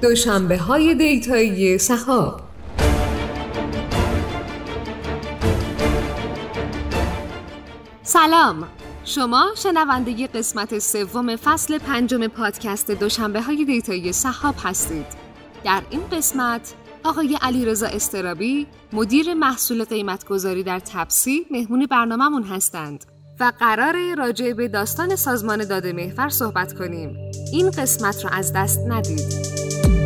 دوشنبه‌های دیتایی سحاب. سلام، شما شنونده قسمت سوم فصل 5 پادکست دوشنبه‌های دیتایی سحاب هستید. در این قسمت آقای علیرضا استرابی، مدیر محصول قیمت‌گذاری در تپسی، مهمون برنامه‌مون هستند و قراره راجع به داستان سازمان داده محور صحبت کنیم. این قسمت رو از دست ندید.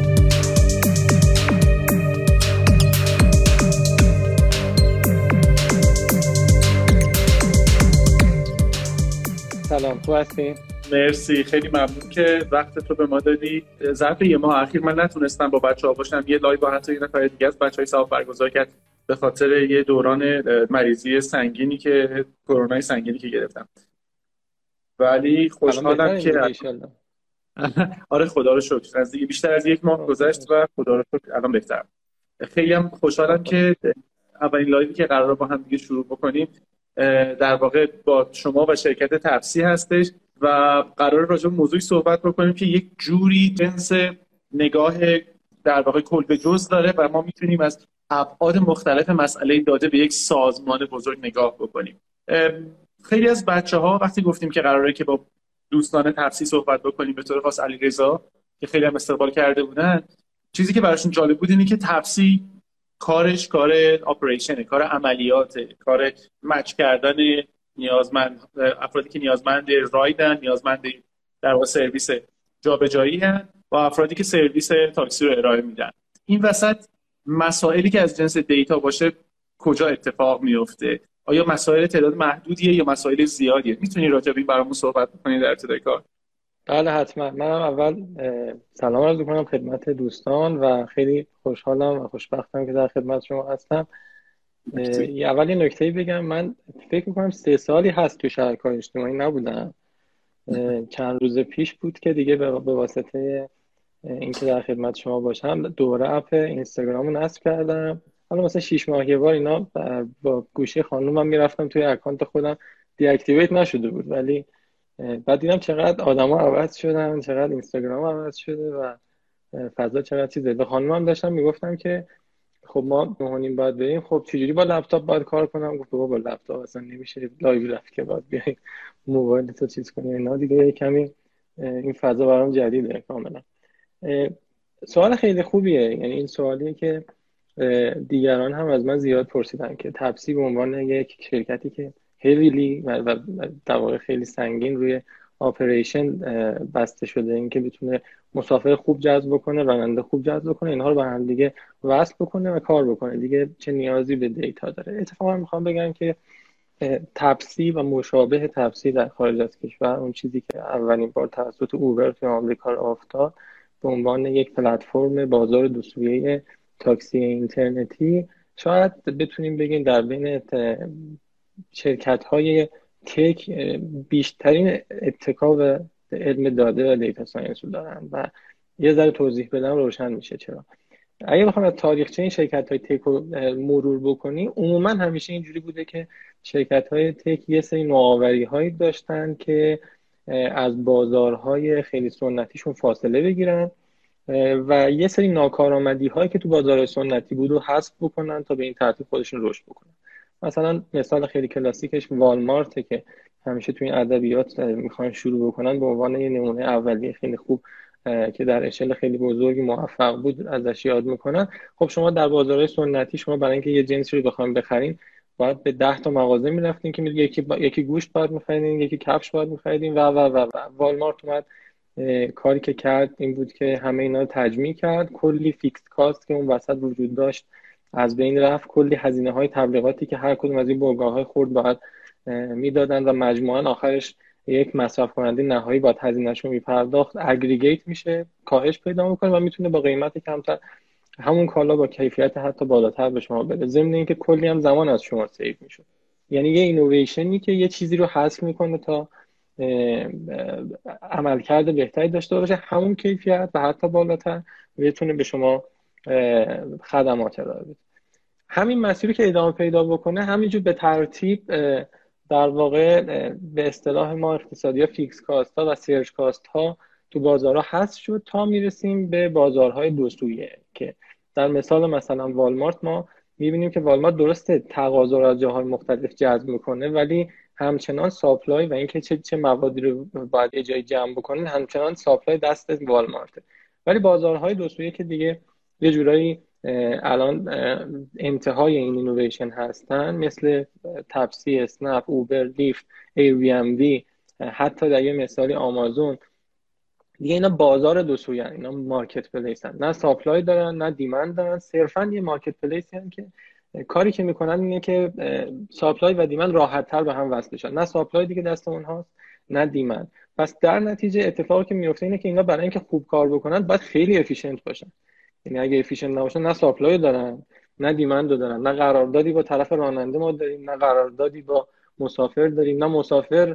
سلام، خوب هستی؟ مرسی، خیلی ممنون که وقت تو به ما دادی. ظرف یه ماه اخیر من نتونستم با بچه‌ها باشم. یه لایو با حتی یه نفر دیگه از بچه‌های سحاب برگزار کرد به خاطر یه دوران مریضی سنگینی که کرونای سنگینی که گرفتم. ولی خوشحالم که آره خدا رو شکر از دیگه بیشتر از یک ماه گذشت و خدا رو شکر الان بهترم. خیلی هم خوشحالم که اولین لایوی که قراره با هم دیگه شروع بکنیم در واقع با شما و شرکت تپسی هستش و قراره راجع به موضوعی صحبت بکنیم که یک جوری جنس نگاه در واقع کل به جز داره و ما میتونیم از ابعاد مختلف مسئله داده به یک سازمان بزرگ نگاه بکنیم. خیلی از بچه‌ها وقتی گفتیم که قراره که با دوستان تپسی صحبت بکنیم، به طور خاص علیرضا که خیلی هم استقبال کرده بودن، چیزی که براشون جالب بود اینه که تپسی کارش کار آپریشنه، کار عملیاته، کار مچ کردن نیازمند افرادی که نیازمند رایدن، نیازمند در واقع سرویس جابجایی هستند و افرادی که سرویس تاکسی رو ارائه میدن. این وسط مسائلی که از جنس دیتا باشه کجا اتفاق میفته؟ آیا مسائل تعداد محدودیه یا مسائل زیادیه؟ میتونی راجع به این برامون صحبت بکنی در ابتدای کار؟ بله حتما. منم اول سلام عرض می‌کنم خدمت دوستان و خیلی خوشحالم و خوشبختم که در خدمت شما هستم. اول یه نکته بگم، من فکر می‌کنم 3 سالی هست تو شبکه‌های اجتماعی نبودم. چند روز پیش بود که دیگه به واسطه اینکه در خدمت شما باشم دوباره اپ اینستاگرام رو نصب کردم. حالا مثلا 6 ماه یه بار اینا با گوشی خانومم میرفتم توی اکانت خودم، دی اکتیویت نشده بود، ولی بعد دیدم چقدر آدما عوض شدن، چقدر اینستاگرام عوض شده و فضا چقدر چیزه. به خانومم داشتم میگفتم که خب ما 9:30 باید بریم، خب چجوری با لپتاپ باید کار کنم؟ گفت بابا با لپتاپ اصلا نمیشه لایو رفت که باید بیای موبایل تو چیز کنی اینا دیگه. کمی این فضا برام جدیده کاملا. سوال خیلی خوبیه، یعنی این سوالیه که دیگران هم از من زیاد پرسیدن که تپسی به عنوان یک شرکتی که هیویلی و در واقع خیلی سنگین روی آپریشن بسته شده، این که بتونه مسافر خوب جذب کنه، راننده خوب جذب کنه، اینها رو به هم دیگه وصل بکنه و کار بکنه، دیگه چه نیازی به دیتا داره. اتفاقا میخوام بگم که تپسی و مشابه تپسی در خارج از کشور، اون چیزی که اولین بار توسط اوبر توی آمریکا راه افتاد به عنوان یک پلتفرم بازار دوسویه تاکسی اینترنتی، شاید بتونیم بگیم در بین شرکت‌های تک بیشترین اتکا به علم داده و دیتا ساینس رو دارن و یه ذره توضیح بدم روشن میشه چرا. اگه بخوام از تاریخچه این شرکت‌های تک رو مرور بکنی، عموما همیشه اینجوری بوده که شرکت‌های تک یه سری نوآوری‌هایی داشتن که از بازارهای خیلی سنتیشون فاصله بگیرن و یه سری ناکارآمدی‌هایی که تو بازار سنتی بود رو حذف بکنن تا به این ترتیب خودشون رشد بکنن. مثلا مثال خیلی کلاسیکش والمارته که همیشه تو این ادبیات میخوان شروع بکنن به عنوان یه نمونه اولیه خیلی خوب که در اشل خیلی بزرگی موفق بود ازش یاد میکنن. خب شما در بازارهای سنتی شما برای اینکه یه جنسی رو بخواید بخرین باید به 10 تا مغازه میرفتین که یکی گوشت باید میخریدین، یکی کفش باید میخریدین و والمارت اومد کاری که کرد این بود که همه اینا رو تجمیع کرد، کلی فیکس کاست که اون وسط وجود داشت از بین رفت، کلی هزینه های تبلیغاتی که هر کدوم از این بنگاه های خرد باید میدادن و مجموعاً آخرش یک مصرف کننده نهایی باید هزینه‌اش رو میپرداخت، اگریگیت میشه، کاهش پیدا میکنه و میتونه با قیمت کمتر همون کالا با کیفیت حتی بالاتر به شما بده، ضمن اینکه کلی هم زمان از شما سیو میشه. یعنی یه اینویشنی که یه چیزی رو حذف میکنه تا عملکرد بهتری داشته باشه، همون کیفیت و حتی بالاتر بتونه به شما خدمات ارائه بده. همین مسیری که ادامه پیدا بکنه همینجور به ترتیب در واقع به اصطلاح ما اقتصادی ها فیکس کاست ها و سرچ کاست ها تو بازارها حذف شد تا میرسیم به بازارهای دو سویه که در مثلا والمارت ما میبینیم که والمارت درسته تقاضا رو از جاهای مختلف جذب میکنه، ولی همچنان ساپلای و اینکه چه موادی رو باید اجای جمع بکنه همچنان ساپلای دست والمارته. ولی بازارهای دو سویه که دیگه یه جورایی الان انتهای این اینویشن هستن، مثل تپسی، اسنپ، اوبر، لیفت، ایربی‌ان‌بی، حتی در یه مثالی آمازون، دیگه اینا بازار دو سویه، اینا مارکت پلیسن، نه ساپلای دارن نه دیمند دارن، صرفا یه مارکت پلیسی هستن که کاری که میکنن اینه که ساپلای و دیمند راحت تر به هم وصل بشن، نه ساپلای دیگه دست اونهاست نه دیمند. پس در نتیجه اتفاقی که میفته اینه که اینا برای اینکه خوب کار بکنن باید خیلی افیشنت باشن. یعنی اگه افیشنت نباشن نه ساپلای دارن نه دیمند دارن، نه قراردادی با طرف راننده ما داریم نه قراردادی با مسافر داریم، نه مسافر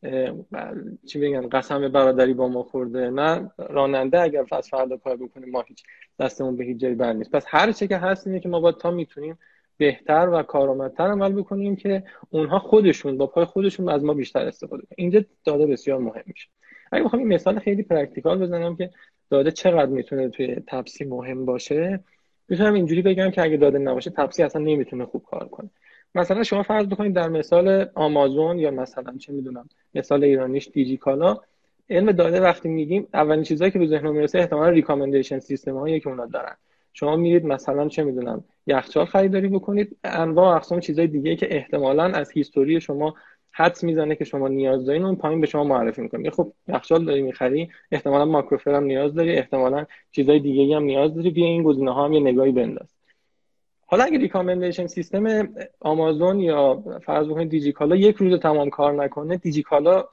چی بگن قسم برادری با ما خورده، نه راننده اگر از فردا کار بکنه ما هیچ دستمون به هیچ جایی بر نیست. پس هر چه که هست اینه که ما باید تا میتونیم بهتر و کارآمدتر عمل بکنیم که اونها خودشون با پای خودشون از ما بیشتر استفاده کنن. اینجا داده بسیار مهم میشه. اگه بخوام این مثال خیلی پرکتیکال بزنم که داده چقدر میتونه توی تپسی مهم باشه، میتونم اینجوری بگم که اگه داده نباشه تپسی اصلا نمیتونه خوب کار کنه. مثلا شما فرض بکنید در مثال آمازون یا مثلا چه میدونم مثال ایرانیش دیجیکالا، علم داده وقتی میگیم اولین چیزایی که به ذهن میرسه احتمالاً ریکامندیشن سیستم هایی که اونا دارن. شما میرید مثلا چه میدونم یخچال خریداری بکنید، انواع اقسام چیزای دیگه که احتمالاً از هیستوری شما حدس میزنه که شما نیاز دارین اون پایین به شما معرفی میکنه. خب یخچال داری میخری، احتمالاً ماکروفر هم نیاز داری، احتمالاً چیزای دیگه هم نیاز داری، بیا این گزینه‌ها هم یه نگاهی بنداز. حالا اگه ریکامندیشن سیستم آمازون یا فرض بکنید دیجیکالا یک روز تمام کار نکنه، دیجیکالا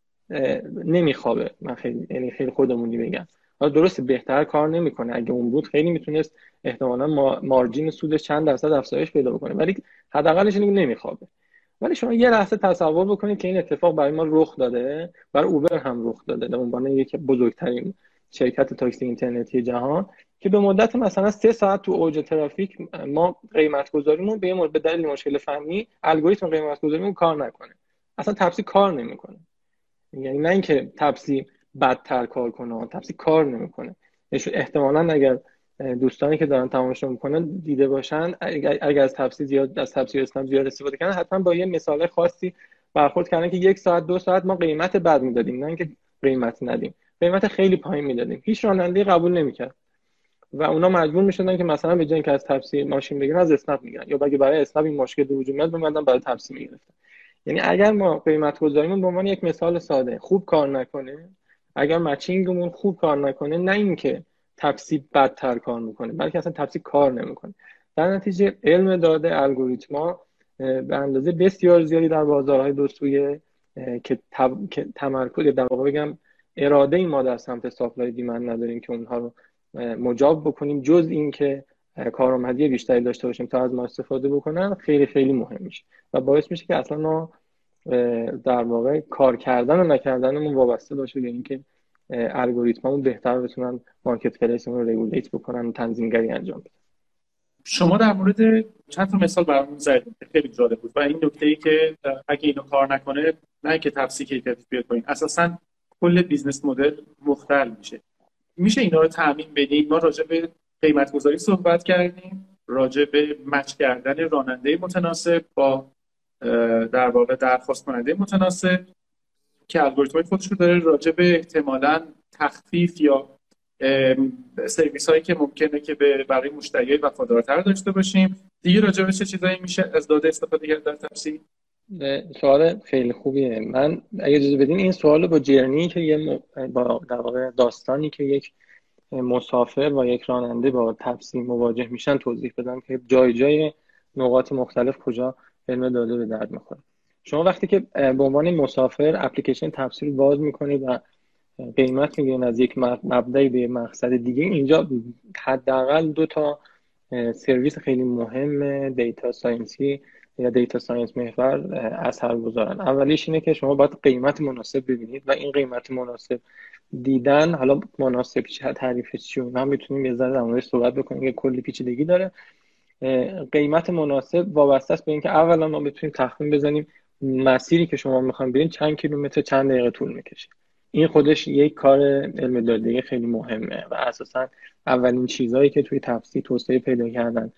نمیخوابه. من خیلی خودمونی بگم، حالا درسته بهتر کار نمیکنه، اگه اون بود خیلی میتونست احتمالاً مارجین سودش چند درصد افزایش پیدا بکنه، ولی حداقلش اینه که نمیخوابه. ولی شما یه لحظه تصور بکنید که این اتفاق برای ما رخ داده، برای اوبر هم رخ داده، به عنوان یکی بزرگترین شرکت تاکسی اینترنتی جهان، که به مدت مثلا 3 ساعت تو اوج ترافیک ما قیمت گذاریمون به دلیل مشکل فنی الگوریتم قیمت گذاریمون کار نکنه، اصلا تپسی کار نمیکنه. یعنی نه اینکه تپسی بدتر کار کنه، تپسی کار نمیکنه. احتمالاً اگر دوستانی که دارن تماشا میکنن دیده باشن، اگر از تپسی اسنپ زیاد استفاده کردن، حتما با یه مثال خاصی برخورد کردن که 1 ساعت 2 ساعت ما قیمت بد میدادیم، نه اینکه قیمت ندیم، قیمت خیلی پایین میدادیم، هیچ راننده قبول نمیکرد و اونا مجبور میشدن که مثلا به جای اینکه از تپسی ماشین بگیرن از اسنپ میگیرن، یا اگه برای اسنپ این مشکل به وجود میاد اومدن برای تپسی میگرفتن. یعنی اگر ما قیمت گذاریمون به عنوان یک مثال ساده خوب کار نکنه، اگر مچینگمون خوب کار نکنه، نه اینکه تپسی بدتر کار میکنه، بلکه اصلا تپسی کار نمیکنه. در نتیجه علم داده، الگوریتما به اندازه بسیار زیادی در بازارهای دو سویه که تمرکز، در واقع بگم اراده ای ما در سمت ساپلای دیمند نداریم که اونها رو مجاب بکنیم، جز این که کارآمدی بیشتری داشته باشیم تا از ما استفاده بکنن، خیلی خیلی مهم میشه و باعث میشه که اصلا ما در واقع کار کردن و نکردنمون وابسته باشه به اینکه الگوریتممون بهتر بتونن مارکت پلیسمون رو رگولیت بکنن و تنظیمگری انجام بدن. شما در مورد چند تا مثال برامون زدید که خیلی جالب بود و این نکته‌ای که اگه اینو کار نکنه، نه که تپسی کیفیتش بیاد پایین، اساساً کل بیزنس مدل مختل میشه اینا رو تامین بدیم. ما راجع به قیمت گذاری صحبت کردیم، راجع به مچ کردن راننده متناسب با در واقع درخواست کننده متناسب که الگوریتم خودش رو داره، راجع به احتمالاً تخفیف یا سرویس هایی که ممکنه که به برای مشتریای وفادارتر داشته باشیم. دیگه راجع به چه چیزایی میشه از داده استفاده کرد در تپسی؟ سوال خیلی خوبیه. من اگه اجازه بدین این سوالو با جرنی که با در واقع داستانی که یک مسافر و یک راننده با تپسی مواجه میشن توضیح بدم که جای نقاط مختلف کجا علم داده به درد میخوره. شما وقتی که به عنوان مسافر اپلیکیشن تپسی رو باز میکنید و قیمت میگیرین از یک مبدأ به مقصد دیگه، اینجا حداقل 2 تا سرویس خیلی مهم دیتا ساینسی یا دیتا ساینس محور اثر گذارن. اولیش اینه که شما باید قیمت مناسب ببینید و این قیمت مناسب دیدن، حالا مناسب چه تعریفش چیه، اونها میتونیم یه ذره در موردش صحبت بکنیم که کلی پیچیدگی داره. قیمت مناسب وابسته است به اینکه اولا ما بتونیم تخمین بزنیم مسیری که شما میخواین برین چند کیلومتر چند دقیقه طول میکشه. این خودش یک کار علم داده خیلی مهمه و اساسا اولین چیزهایی که توی تفسیر توسعه پیدا کردن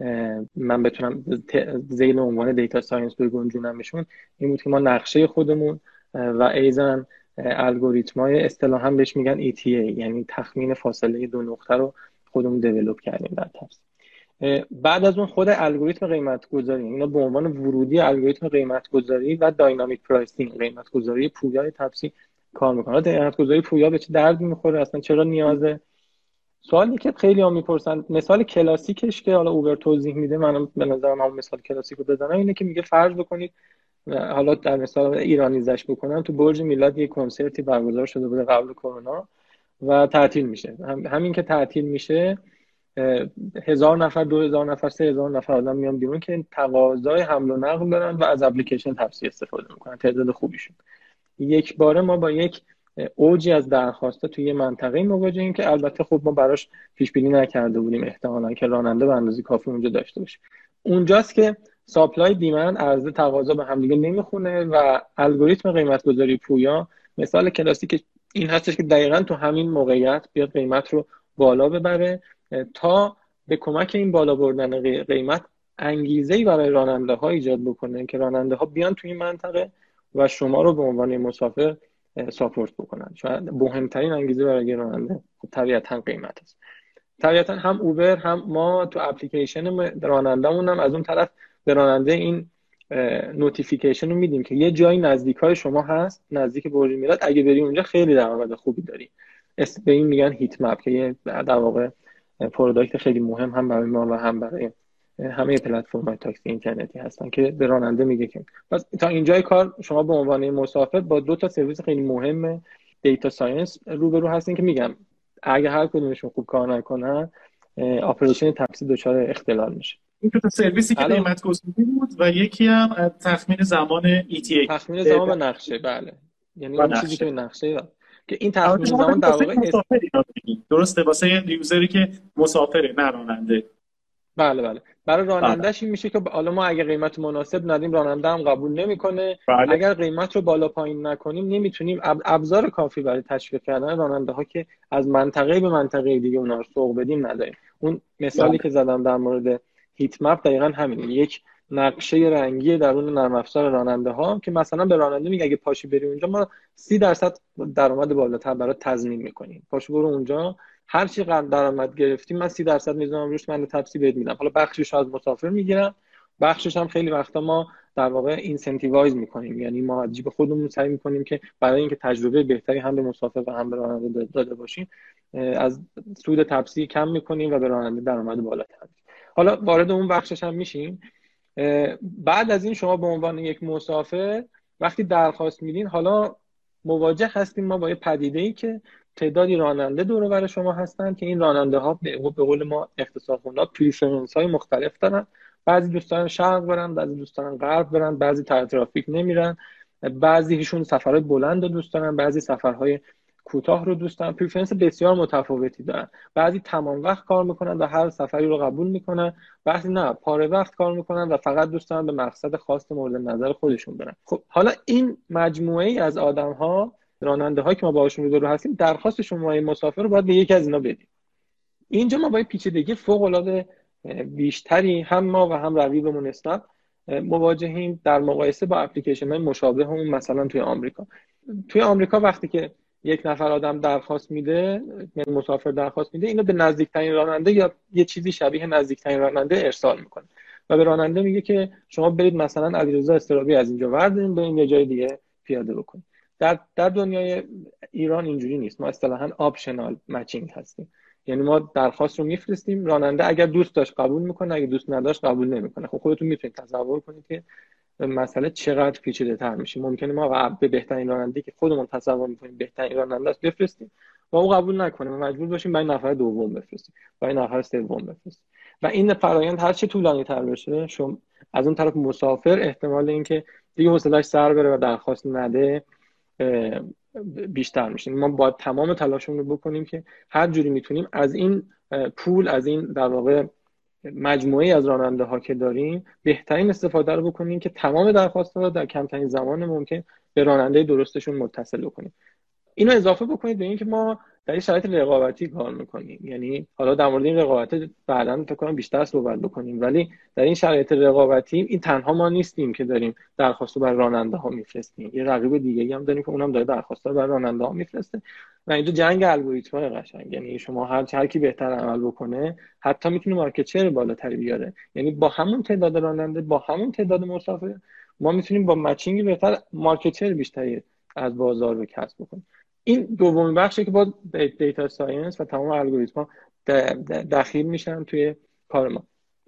من بتونم ذیل عنوان دیتا ساینس بگنجونمشون این بود که ما نقشه خودمون و ایزن الگوریتم‌های اصطلاحاً بهش میگن ETA، یعنی تخمین فاصله دو نقطه رو خودمون دیولپ کردیم در تفسیر. بعد از اون خود الگوریتم قیمت گذاری، اینا به عنوان ورودی الگوریتم قیمت گذاری و داینامیک پرایسینگ، قیمت گذاری پویای تفسیر کار میکنه. قیمت گذاری پویا به چه دردی میخوره، اصلا چرا نیازه؟ سوالی که خیلی هم میپرسن. مثال کلاسیکش که حالا اوبر توضیح میده، من به نظرم هم مثال کلاسیک رو بزنم، اینه که میگه فرض بکنید، حالا در مثال ایرانیزش بکنم، تو برج میلاد یک کنسرتی برگزار شده بوده قبل کرونا و تعطیل میشه. همین که تعطیل میشه 1000 نفر 2000 نفر 3000 نفر آدم میان بیرون که تقاضای حمل و نقل دارن و از اپلیکیشن تپسی استفاده میکنن، تعداد خوبی شد. یک باره ما با یک اوجی از درخواسته توی یه منطقه مواجهیم که البته خب ما براش پیش بینی نکرده بودیم احتمالاً که راننده به اندازه کافی اونجا داشته باشه. اونجاست که ساپلای دیمند، عرضه تقاضا به هم دیگه نمیخونه و الگوریتم قیمت گذاری پویا مثال کلاسیک این هستش که دقیقاً تو همین موقعیت بیاد قیمت رو بالا ببره تا به کمک این بالا بردن قیمت انگیزه‌ای برای راننده‌ها ایجاد بکنه که راننده‌ها بیان توی این منطقه و شما رو به عنوان مسافر ساپورت بکنن. شاید مهمترین انگیزه برای راننده طبیعتاً قیمت است. طبیعتاً هم اوبر هم ما تو اپلیکیشن راننده‌مون هم از اون طرف به راننده این نوتیفیکیشن رو میدیم که یه جایی نزدیکای شما هست، نزدیک برج میلاد، اگه بری اونجا خیلی درآمد خوبی داری. به این میگن هیت مپ که یه در واقع پروداکت خیلی مهم هم برای ما و هم برای همه پلتفرم‌های تاکسی اینترنتی هستن که به راننده میگه که پس تا اینجای کار شما به عنوان مسافر با دو تا سرویس خیلی مهم دیتا ساینس روبرو هستین که میگم اگه هر کدومشون خوب کار نکنن اپریشن تپسی دچار اختلال میشه. این دو تا سرویسی که قیمت گذاری بود و یکی هم تخمین زمان ETA، تخمین زمان به نقشه. بله، یعنی اون چیزی که به نقشه که این تخمین زمان در واقع درسته واسه یوزری که مسافره نه راننده. بله برای رانندهش این میشه که حالا ما اگه قیمت مناسب ندیم راننده هم قبول نمیکنه. اگر قیمت رو بالا پایین نکنیم نمیتونیم ابزار کافی برای تشویق کردن راننده ها که از منطقه به منطقه دیگه اونها رو سوق بدیم نداریم. اون مثالی که زدم در مورد هیت مپ دقیقاً همینه، یک نقشه رنگی درون نرم افزار راننده ها که مثلا به راننده میگه اگه پاشی بری اونجا ما 30% درآمد بالاتر برات تضمین میکنیم، پاشو برو اونجا، هر چی درآمد گرفتیم من 30% میذارم روش، من تپسی بهت میدم. حالا بخشش از مسافر میگیرم، بخشش هم خیلی وقتا ما در واقع اینسنتیوایز میکنیم، یعنی ما از جیب خودمون سعی میکنیم که برای اینکه تجربه بهتری هم به مسافر و هم به راننده داده باشیم از سود تپسی کم میکنیم و به راننده درآمد بالاتر میدیم. حالا وارد اون بخشش هم میشیم. بعد از این شما به عنوان یک مسافر وقتی درخواست میدین حالا مواجه هستیم ما با یه پدیده‌ای که تعدادی راننده دور و بر شما هستن که این راننده ها به قول ما اختصاص‌گذار پریفرنس های مختلف دارن. بعضی دوست دارن شرق برن، بعضی دوست دارن غرب برن، بعضی تحت ترافیک نمیرن، بعضیشون سفرهای بلند رو دوست دارن، بعضی سفرهای کوتاه رو دوست دارن. پریفرنس بسیار متفاوتی دارن. بعضی تمام وقت کار میکنن و هر سفری رو قبول میکنن، بعضی نه پاره وقت کار میکنن و فقط دوست دارن به مقصد خاص مورد نظر خودشون برن. خب حالا این مجموعه ای از آدم‌ها، راننده هایی که ما باهاشون روبرو هستیم، درخواست شما مسافر رو باید به یکی از اینا بدیم. اینجا ما با یه پیچیدگی فوق العاده بیشتری هم ما و هم رقیبمون اسنپ مواجهیم در مقایسه با اپلیکیشن های مشابه هم. مثلا توی آمریکا وقتی که یک نفر آدم درخواست میده، یعنی مسافر درخواست میده، اینو به نزدیکترین راننده یا یه چیزی شبیه نزدیکترین راننده ارسال میکنه و به راننده میگه که شما برید مثلا علیرضا استرابی از اینجا وردارین برین یه جای دیگه پیاده بکنید. در دنیای ایران اینجوری نیست. ما اصطلاحاً آپشنال مچینگ هستیم، یعنی ما درخواست رو میفرستیم، راننده اگر دوست داشت قبول میکنه، اگه دوست نداشت قبول نمیکنه. خب خودتون میتونید تصور کنید که مسئله چقدر پیچیده‌تر میشه. ممکنه ما به بهترین راننده که خودمون تصور میکنیم بهترین راننده است بفرستیم و اون قبول نکنه و مجبور باشیم برای نفر دوم بفرستیم، برای نفر سوم بفرستیم و این فرآیند هر چه طولانی‌تر بشه، شما از اون طرف مسافر احتمال اینکه دیگه حوصله‌اش سر بره و درخواست نده بیشتر میشه. ما باید تمام تلاشمون رو بکنیم که هر جوری میتونیم از این پول، از این در واقع مجموعه از راننده ها که داریم بهترین استفاده رو بکنیم که تمام درخواست‌ها رو در کمترین زمان ممکن به راننده درستشون متصل بکنیم. اینو اضافه بکنید به این که ما در این شرایط رقابتی کار میکنیم. یعنی حالا در مورد این رقابت بعداً فکر کنم بیشتر صحبت بکنیم، ولی در این شرایط رقابتی این تنها ما نیستیم که داریم درخواستو بر راننده ها میفرستیم. یه رقیب دیگه‌ای هم داریم که اونم داره درخواستو بر راننده ها میفرسته و اینجا جنگ الگوریتم‌های قشنگ. یعنی شما هر کی بهتر عمل بکنه حتی میتونه مارکت شیر بالاتری بیاره. یعنی با همون تعداد راننده، با همون تعداد مسافر، ما میتونیم با مچینگ بهتر مارکت شیر بیشتری از بازار رو کسب بکنیم. این دومین بخشی که با دیتا ساینس و تمام الگوریتم‌ها دخیل میشن توی کار ما.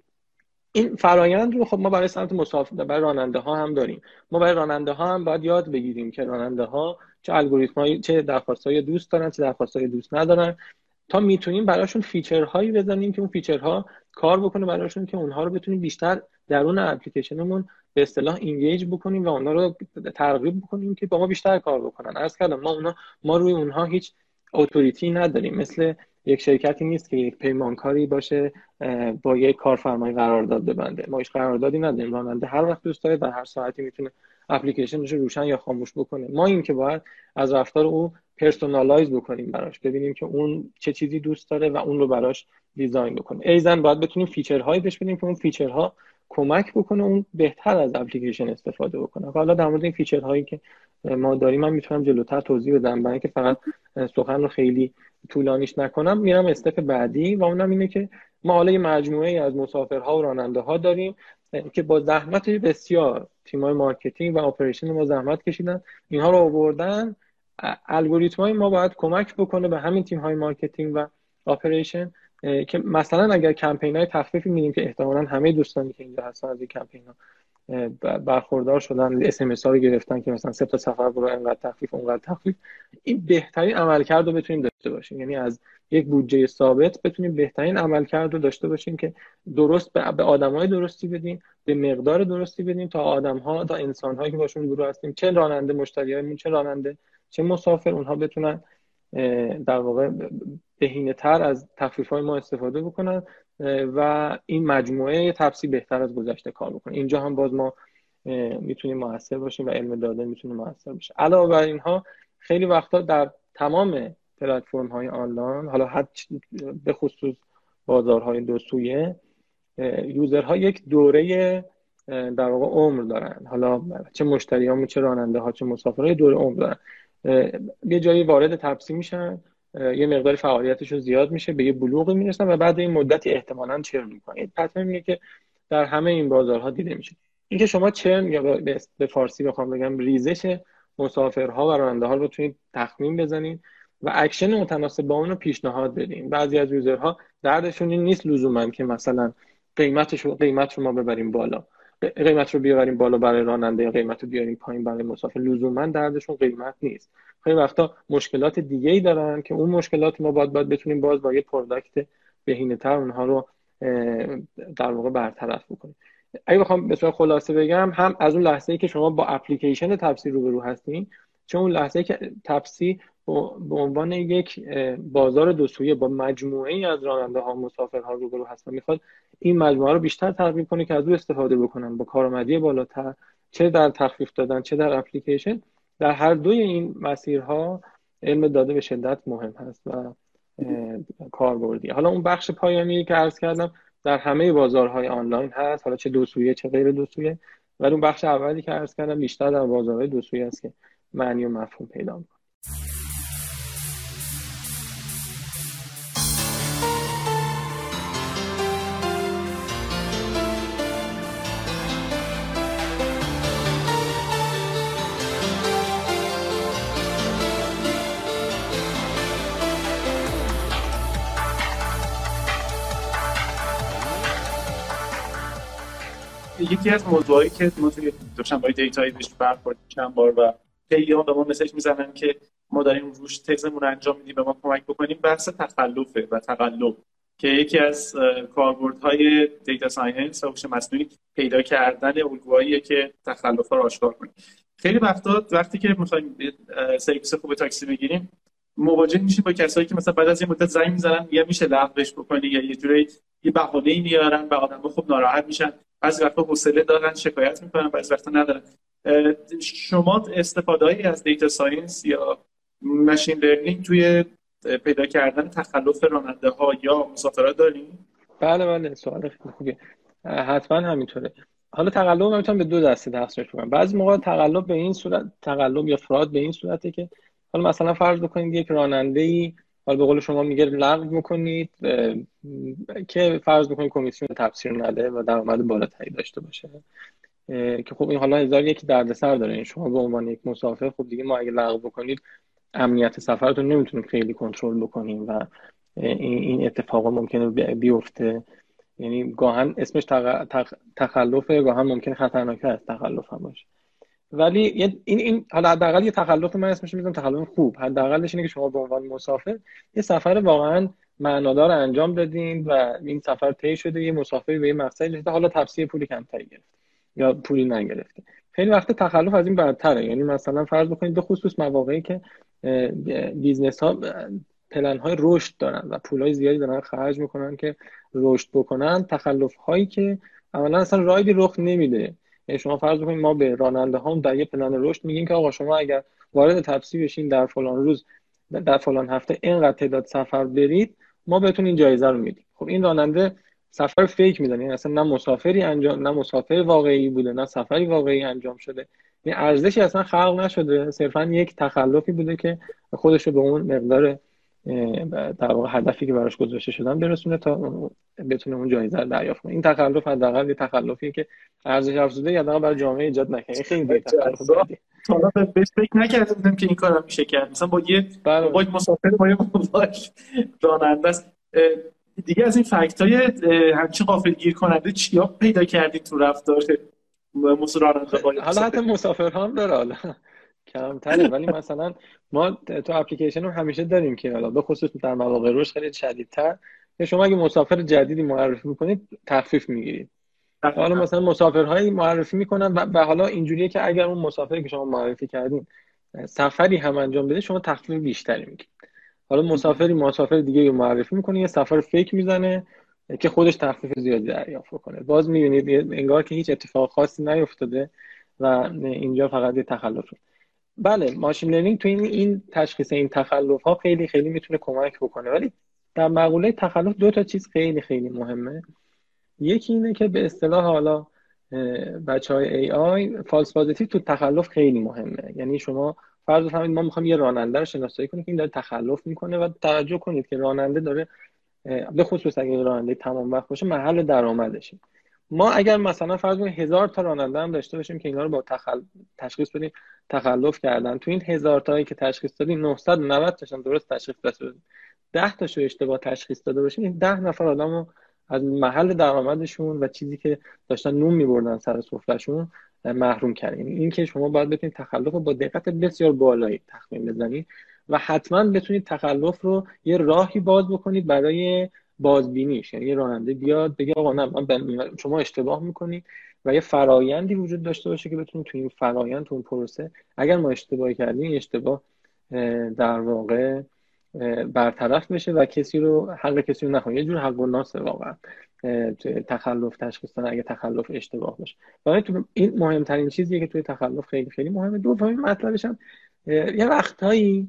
این فرآیند رو خب ما برای سمت مسافر، برای راننده ها هم داریم. ما برای راننده ها هم باید یاد بگیریم که راننده ها چه الگوریتم‌هایی، چه درخواست‌های دوست دارن، چه درخواست‌های دوست ندارن، تا میتونیم براشون فیچرهایی بزنیم که اون فیچرها کار بکنه براشون، که اونها رو بتونیم بیشتر درون اپلیکیشنمون به اصطلاح اینگیج بکنیم و اونها رو ترغیب بکنیم که با ما بیشتر کار بکنن. عرض کردم ما روی اونها هیچ اتوریتی نداریم. مثل یک شرکتی نیست که یک پیمانکاری باشه با یک کارفرمای قرارداد ببنده. ما هیچ قراردادی نداریم. راننده هر وقت دوست داره در هر ساعتی میتونه اپلیکیشنش رو روشن یا خاموش بکنه. ما این که باید از رفتار او پرسونالایز بکنیم براش، ببینیم که اون چه چیزی دوست داره و اون رو براش دیزاین بکنیم. ایزن باید بتونیم فیچرهایی بهش بدیم که اون فیچرها کمک بکنه اون بهتر از اپلیکیشن استفاده بکنه. حالا در مورد این فیچرهایی که ما داریم من میتونم جلوتر توضیح بدم، برای اینکه فقط سخن رو خیلی طولانیش نکنم. میرم استپ بعدی و اونم اینه که ما حالا یه مجموعه از مسافرها و راننده ها داریم که با زحمت بسیار تیم‌های مارکتینگ و اپریشن ما زحمت کشیدن، اینها رو آوردن. الگوریتم‌های ما باید کمک بکنه به همین تیم‌های مارکتینگ و اپریشن که مثلا اگر کمپین‌های تخفیفی میدیم که احتمالاً همه دوستانی که اینجا هستن از این کمپین‌ها برخوردار شدن، SMS ها رو گرفتن که مثلا 3 تا سفر برو انقدر تخفیف اونقدر تخفیف، این بهترین عملکرد رو بتونیم داشته باشیم. یعنی از یک بودجه ثابت بتونیم بهترین عملکرد رو داشته باشیم که درست به آدمای درستی بدیم، به مقدار درستی بدیم تا آدم‌ها، تا انسان‌هایی که باشون روبرو هستیم، چه راننده مشتریایمون، چه راننده، چه مسافر، اونها بتونن در واقع بهینه‌تر از تخفیف‌های ما استفاده بکنن و این مجموعه تپسی بهتر از گذشته کار بکنه. اینجا هم باز ما میتونیم موثر باشیم و علم داده میتونه موثر باشه. علاوه بر اینها خیلی وقتا در تمام پلتفرم‌های آنلاین، حالا به خصوص بازارهای دو سویه، یوزرها یک دوره در واقع عمر دارن. حالا چه مشتریامون، چه راننده ها، چه مسافرها دوره عمر دارن. یه جایی وارد تپسی میشن، یه مقدار فعالیتشون زیاد میشه، به یه بلوغی میرسن و بعد این مدتی احتمالاً چرن میکنن. این پترنیه که در همه این بازارها دیده میشه. اینکه شما چرن یا به فارسی بخوام بگم ریزش مسافرها و راننده ها رو بتونید تخمین بزنید و اکشن متناسب با اون رو پیشنهاد بدین. بعضی از یوزرها دردشون این نیست لزوما که مثلا قیمت رو ما ببریم بالا، قیمت رو بیاریم بالا برای راننده یا قیمت رو بیاریم پایین برای مسافر. لزوما دردشون قیمت نیست. خیلی وقتا مشکلات دیگه‌ای دارن که اون مشکلات ما باید بتونیم باز با یه پروداکت بهینه‌تر اونها رو در واقع برطرف بکنیم. اگه بخوام به صورت خلاصه بگم، هم از اون لحظه‌ای که شما با اپلیکیشن تپسی روبرو هستین، چون اون لحظه‌ای که تپسی به عنوان یک بازار دو سویه با مجموعه‌ای از راننده‌ها و مسافرها روبرو هست و میخواد این مجموعه رو بیشتر ترغیب کنه که از اون استفاده بکنن با کارآمدی بالاتر، چه در تخفیف دادن چه در اپلیکیشن. در هر دوی این مسیرها علم داده به شدت مهم هست و کاربردی. حالا اون بخش پایانی که عرض کردم در همه بازارهای آنلاین هست، حالا چه دو سویه چه غیر دو سویه، ولی اون بخش اولی که عرض کردم بیشتر در بازارهای دو سویه است که معنی و مفهوم پیدا می‌کنه. یکی از موضوعایی که ما توی دوشنبه‌های دیتایی بهش برخورد چند بار و خیلی‌ها به ما مسیج میزنن که ما داریم روش تزمون انجام میدیم به ما کمک بکنیم، بحث تخلفه و تقلب که یکی از کاربردهای دیتا ساینس و هوش مصنوعی پیدا کردن الگوهاییه که تخلف‌ها رو آشکار کنه. خیلی وقتی که می‌خوایم سرویس خوب تاکسی بگیریم مواجه میشیم با کسایی که مثلا بعد از یه مدت زنگ میزنن میگن میشه لغوش بکنی، یا یه جوری یه بهانه‌ای میارن و آدم‌ها خوب ناراحت میشن. بعضی وقتا حوصله دارن شکایت میکنن، بعضی وقتا ندارن. شما استفاده‌ای از دیتا ساینس یا ماشین لرنینگ توی پیدا کردن تخلف راننده ها یا مسافرات داریم؟ بله سوال خیلی خوبیه. حتما همینطوره. حالا تقلب رو میتونم به دو دسته تقسیمش کنم. بعضی موقع تقلب به این صورت، تقلب یا فراد به این صورته که حالا مثلا فرض بکنید یک راننده‌ای، حالا به قول شما میگه لغو میکنید که فرض بکنید کمیسیون تفسیر نده و درآمد بالاتری داشته باشه، که خب این حالا هزار یک دردسر داره. این شما به عنوان یک مسافر خب دیگه ما اگه لغو بکنید امنیت سفرتون نمیتونیم خیلی کنترل بکنیم و این اتفاقا ممکنه بیفته. یعنی گاهن اسمش تخلفه، گاهن ممکنه خطرناک‌تر از تخلف هم باشه. ولی این حالا حداقل یه تخلف من اسمش میذارم تخلف خوب. حداقلش اینه که شما به عنوان مسافر یه سفر واقعا معنادار انجام دادین و این سفر طی شده، یه مسافری به یه مقصدی رسیده، حالا تفسیر پولی کمتری گرفت یا پولی نگرفته. خیلی وقت تخلف از این بدتره. یعنی مثلا فرض بکنید به خصوص مواقعی که بیزنس ها پلن های رشد دارن و پولای زیادی دارن خرج میکنن که رشد بکنن، تخلف هایی که اولا اصلا رایدی رخ نمیده. یعنی شما فرض بکنید ما به راننده هام در یه پلن رشد میگیم که آقا شما اگر وارد تپسی بشین در فلان روز در فلان هفته اینقدر تعداد سفر برید، ما بهتون این جایزه رو میدیم. خب این راننده سفر فیک میزنه، یعنی اصلا نه مسافری انجام، نه مسافر واقعی بوده، نه سفری واقعی انجام شده، یعنی ارزشی اصلا خلق نشده، صرفا یک تخلفی بوده که خودش رو به اون مقدار در واقع هدفی که براش گذاشته شدن برسونه تا بتونه اون جایزه رو دریافت کنه. این تخلف حداقل یه تخلفیه که ارزش افزوده یا حداقل برای جامعه ایجاد نکنه. خیلی تخلف بدی. حالا بهش فکر نکرده بودم که این کارم میشه کرد. مثلا با یه مسافر با یه راننده است. دیگه از این فکت‌های همچین غافلگیر کننده چیا پیدا کردید تو رفتار راننده؟ حالا حتی مسافرها هم داره، حالا کمتره، ولی مثلا ما تو اپلیکیشن همیشه داریم که حالا به خصوص در مواقع رشد خیلی شدیدتر شما اگه مسافر جدیدی معرفی میکنید تخفیف میگیرید. حالا مثلا مسافرهایی معرفی میکنن و حالا اینجوریه که اگر اون مسافری که شما معرفی کردین سفری هم انجام بده شما تخفیف بیشتری میگیرید. حالا مسافر دیگه رو معرفی میکنه یه سفر فیک میزنه که خودش تخفیف زیادی دریافت کنه. باز میبینید انگار که هیچ اتفاق خاصی نیفتاده و اینجا فقط یه تخلفه. بله ماشین لرنینگ تو این تشخیص این تخلف ها خیلی خیلی میتونه کمک بکنه، ولی در مقوله تخلف دو تا چیز خیلی خیلی مهمه. یکی اینه که به اصطلاح حالا بچهای AI فالس پازیتیو تو تخلف خیلی مهمه. یعنی شما فرض بفرمایید ما میخوایم یه راننده رو شناسایی کنیم که این داره تخلف میکنه و توجه کنید که راننده داره، به خصوص اگه راننده تمام وقت باشه، محل درآمدشه. ما اگر مثلا فرض کنید 1000 تا راننده هم داشته باشیم که اینا رو با تشخیص بدیم تخلف کردن، تو این 1000 تایی که تشخیص دادیم 990 تاشون درست تشخیص دادیم، 10 تاشو اشتباه تشخیص داده باشیم، این 10 نفر آدمو از محل درآمدشون و چیزی که داشتن نون می‌بردن سر سفرهشون محروم کردیم. این که شما باید بتونید تخلف رو با دقت بسیار بالایی تخمین بزنید و حتما بتونید تخلف رو یه راهی باز بکنید برای بازبینیش. یعنی یه راننده بیاد بگه آقا نه شما اشتباه میکنید و یه فرایندی وجود داشته باشه که بتونید تو این فرایند، تو اون پروسه، اگر ما اشتباهی کردیم اشتباه در واقع برطرف بشه و کسی رو حق کسی رو نکنه. یه جور حق و ناصر واقعا تخلف تشخیص دادن اگه تخلف اشتباه باشه. برای تو این مهمترین چیزیه که توی تخلف خیلی خیلی مهمه. دومین مطلبش هم یه وقتایی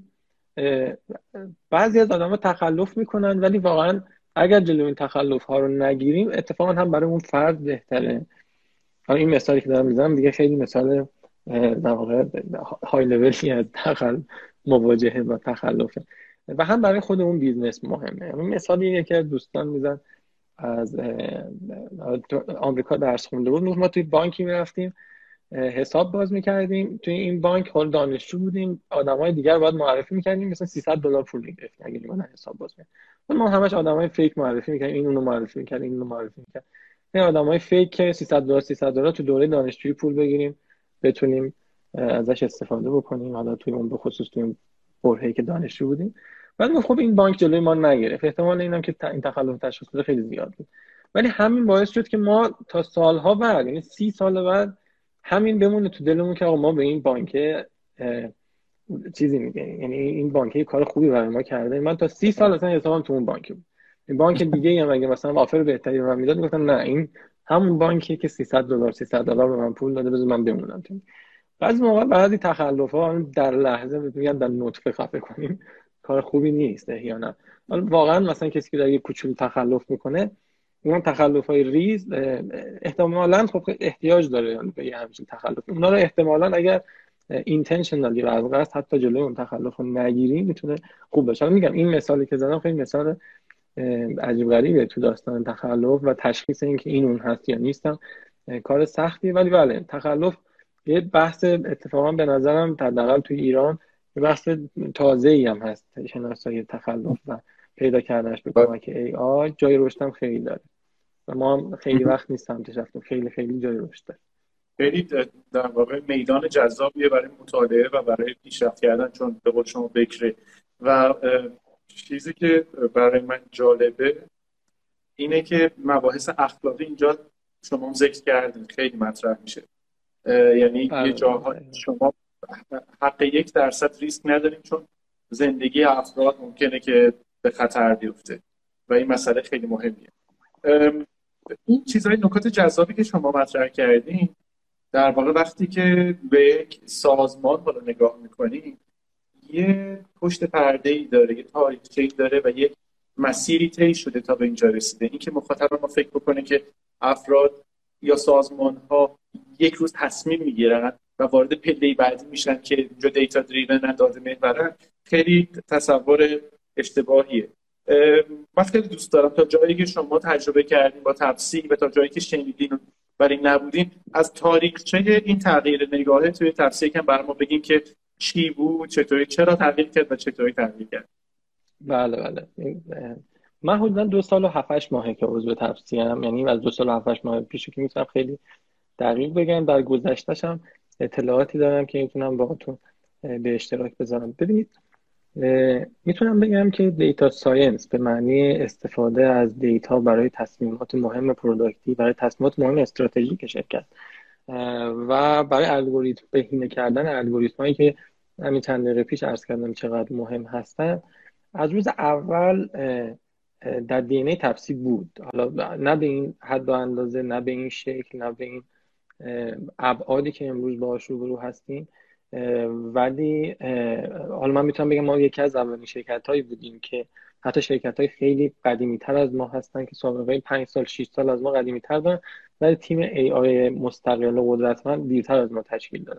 بعضی از آدم‌ها تخلف میکنن ولی واقعا اگر جلوی این تخلف ها رو نگیریم اتفاقا هم برای اون فرد بهتره. حالا این مثالی که دارم میزنم دیگه خیلی مثال در واقع های لولی از مواجهه با تخلفه و هم برای خود اون بیزنس مهمه. مثالی یکی از دوستان میزن از آمریکا درس خونده بود. ما توی بانکی میرفتیم حساب باز میکردیم، توی این بانک حال دانشجو بودیم، آدمای دیگر باید معرفی میکردیم، مثلا $300 پول میگرفتیم اگه من حساب باز میکردم. ما همش آدمای فیک معرفی میکردیم، این اونو معرفی میکرد، این اونو معرفی میکرد. این آدمای فیک که $300 تو دوره دانشجویی پول بگیریم بتونیم ازش استفاده بکنیم، حالا توی اون به خصوص توی اون برهه‌ای که دانشجو بودیم. بعد خب این بانک جلوی ما نگرفت. احتمال اینم که این تخلف تشخیص بده خیلی زیاد بود، ولی همین باعث شد که ما تا سالها بعد، یعنی 30 سال بعد، همین بمونه تو دلمون که آقا ما به این بانک چیزی میگه، یعنی این بانک کار خوبی برای ما کرده. من تا 30 سال اصلا حسابم تو اون بانک بود. این بانک دیگه هم اگه مثلا آفر بهتری به من میداد میگفتم نه این همون بانکیه که $300 به من پول داده، بذار من بمونم تو. بعضی موقع بعضی تخلف‌ها در لحظه میگن در نطفه خفه کنیم، کار خوبی نیست احیانا. حالا واقعا مثلا کسی که در یک کوچولو تخلف میکنه، اون تخلف‌های ریز احتمالاً خب احتیاج داره یعنی به یه همچین تخلف. اونا رو احتمالاً اگر اینتنشنالی و از قصد حتی جلوی اون تخلف رو نگیریم میتونه خوب بشه. میگم این مثالی که زدم خیلی مثال عجیب غریبه تو داستان تخلف و تشخیص اینکه این اون هست یا نیستم کار سختی، ولی بله تخلف یه بحث اتفاقا به نظرم حداقل توی ایران یه بحث تازه‌ای هم هست، شناسایی تخلف و پیدا کردنش به کمک AI جای رشد خیلی داره و ما هم خیلی وقت نیست سمتش رفتیم، خیلی خیلی جای رشد داره. خیلی در واقع میدان جذابیه برای مطالعه و برای پیشرفت کردن، چون به قول شما بکره. و چیزی که برای من جالبه اینه که مباحث اخلاقی اینجا شما ذکر کردین خیلی مطرح میشه. یعنی یه جاها شما حق 1% ریسک نداریم چون زندگی افراد ممکنه که به خطر بیفته و این مسئله خیلی مهمیه. این چیزهای نکات جذابی که شما مطرح کردین در واقع وقتی که به یک سازمان بالا نگاه میکنیم یه پشت پرده‌ای داره، یه تاریخچه‌ای داره و یک مسیری طی شده تا به اینجا رسیده. این که مخاطب ما فکر بکنه که افراد یا سازمان‌ها یک روز تصمیم میگیرن و وارد پله بعدی میشن که اینجا دیتا دریون داده محورن، خیلی تصور اشتباهیه. من خیلی دوست دارم تا جایی که شما تجربه کردین با تفسیر و تا جایی که شنیدین و برای نبودین از تاریخچه این تغییر نگاهه توی تفسیر کم برای ما بگین که چی بود، چطوری، چرا تغییر کرد و چطوری تغییر کرد. بله من حدودا 2 سال و 7-8 ماهه که عضو تفسیرم، یعنی از 2 سال و 7-8 ماه پیش که میتونم خیلی دقیق بگم، در گذشته‌ش هم اطلاعاتی دارم که میتونم باهاتون به اشتراک بذارم. ببینید میتونم بگم که دیتا ساینس به معنی استفاده از دیتا برای تصمیمات مهم پروداکتی، برای تصمیمات مهم استراتژیک شرکت و برای الگوریتم بهینه کردن الگوریتمایی که همین چند دقیقه پیش عرض کردم چقدر مهم هستن، از روز اول در دی ان ای تفسیر بود. حالا نه به این حد و اندازه، نه به این شکل، نه به این ابعادی که امروز باهاش روبرو هستیم، ولی حالا من میتونم بگم ما یکی از اولین شرکت‌هایی بودیم که حتی شرکت‌های خیلی قدیمی‌تر از ما هستن که سابقه 5 سال 6 سال از ما قدیمی‌تر دارن، ولی تیم AI مستقل و قدرتمند دیرتر از ما تشکیل دادن.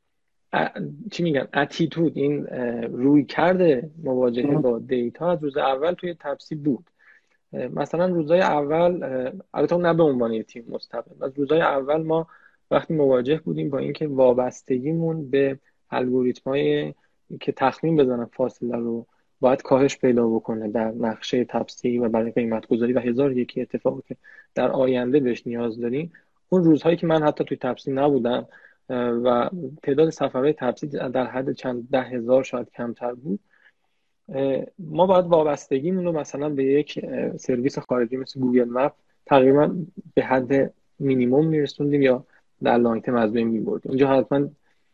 چی میگن اتیتود، این روی کرده مواجهه با دیتا از روز اول توی تفسیر بود. مثلا روزای اول، البته نه به عنوان یه تیم مستقل، از روزای اول ما وقتی مواجه بودیم با اینکه وابستگیمون به الگوریتم‌های که تخمین بزنن فاصله رو باید کاهش پیدا بکنه در نقشه تفسیری و برای قیمت گذاری و هزار یکی اتفاقی که در آینده بهش نیاز داریم، اون روزهایی که من حتی توی تفسیر نبودم و تعداد سفرهای تفسیر در حد چند 10,000 شاید کمتر بود، ما باید وابستگیمون رو مثلا به یک سرویس خارجی مثل گوگل مپ تقریبا به حد مینیمم میرسوندیم یا در لانگ ترم از بین میبردیم. اینجا حتما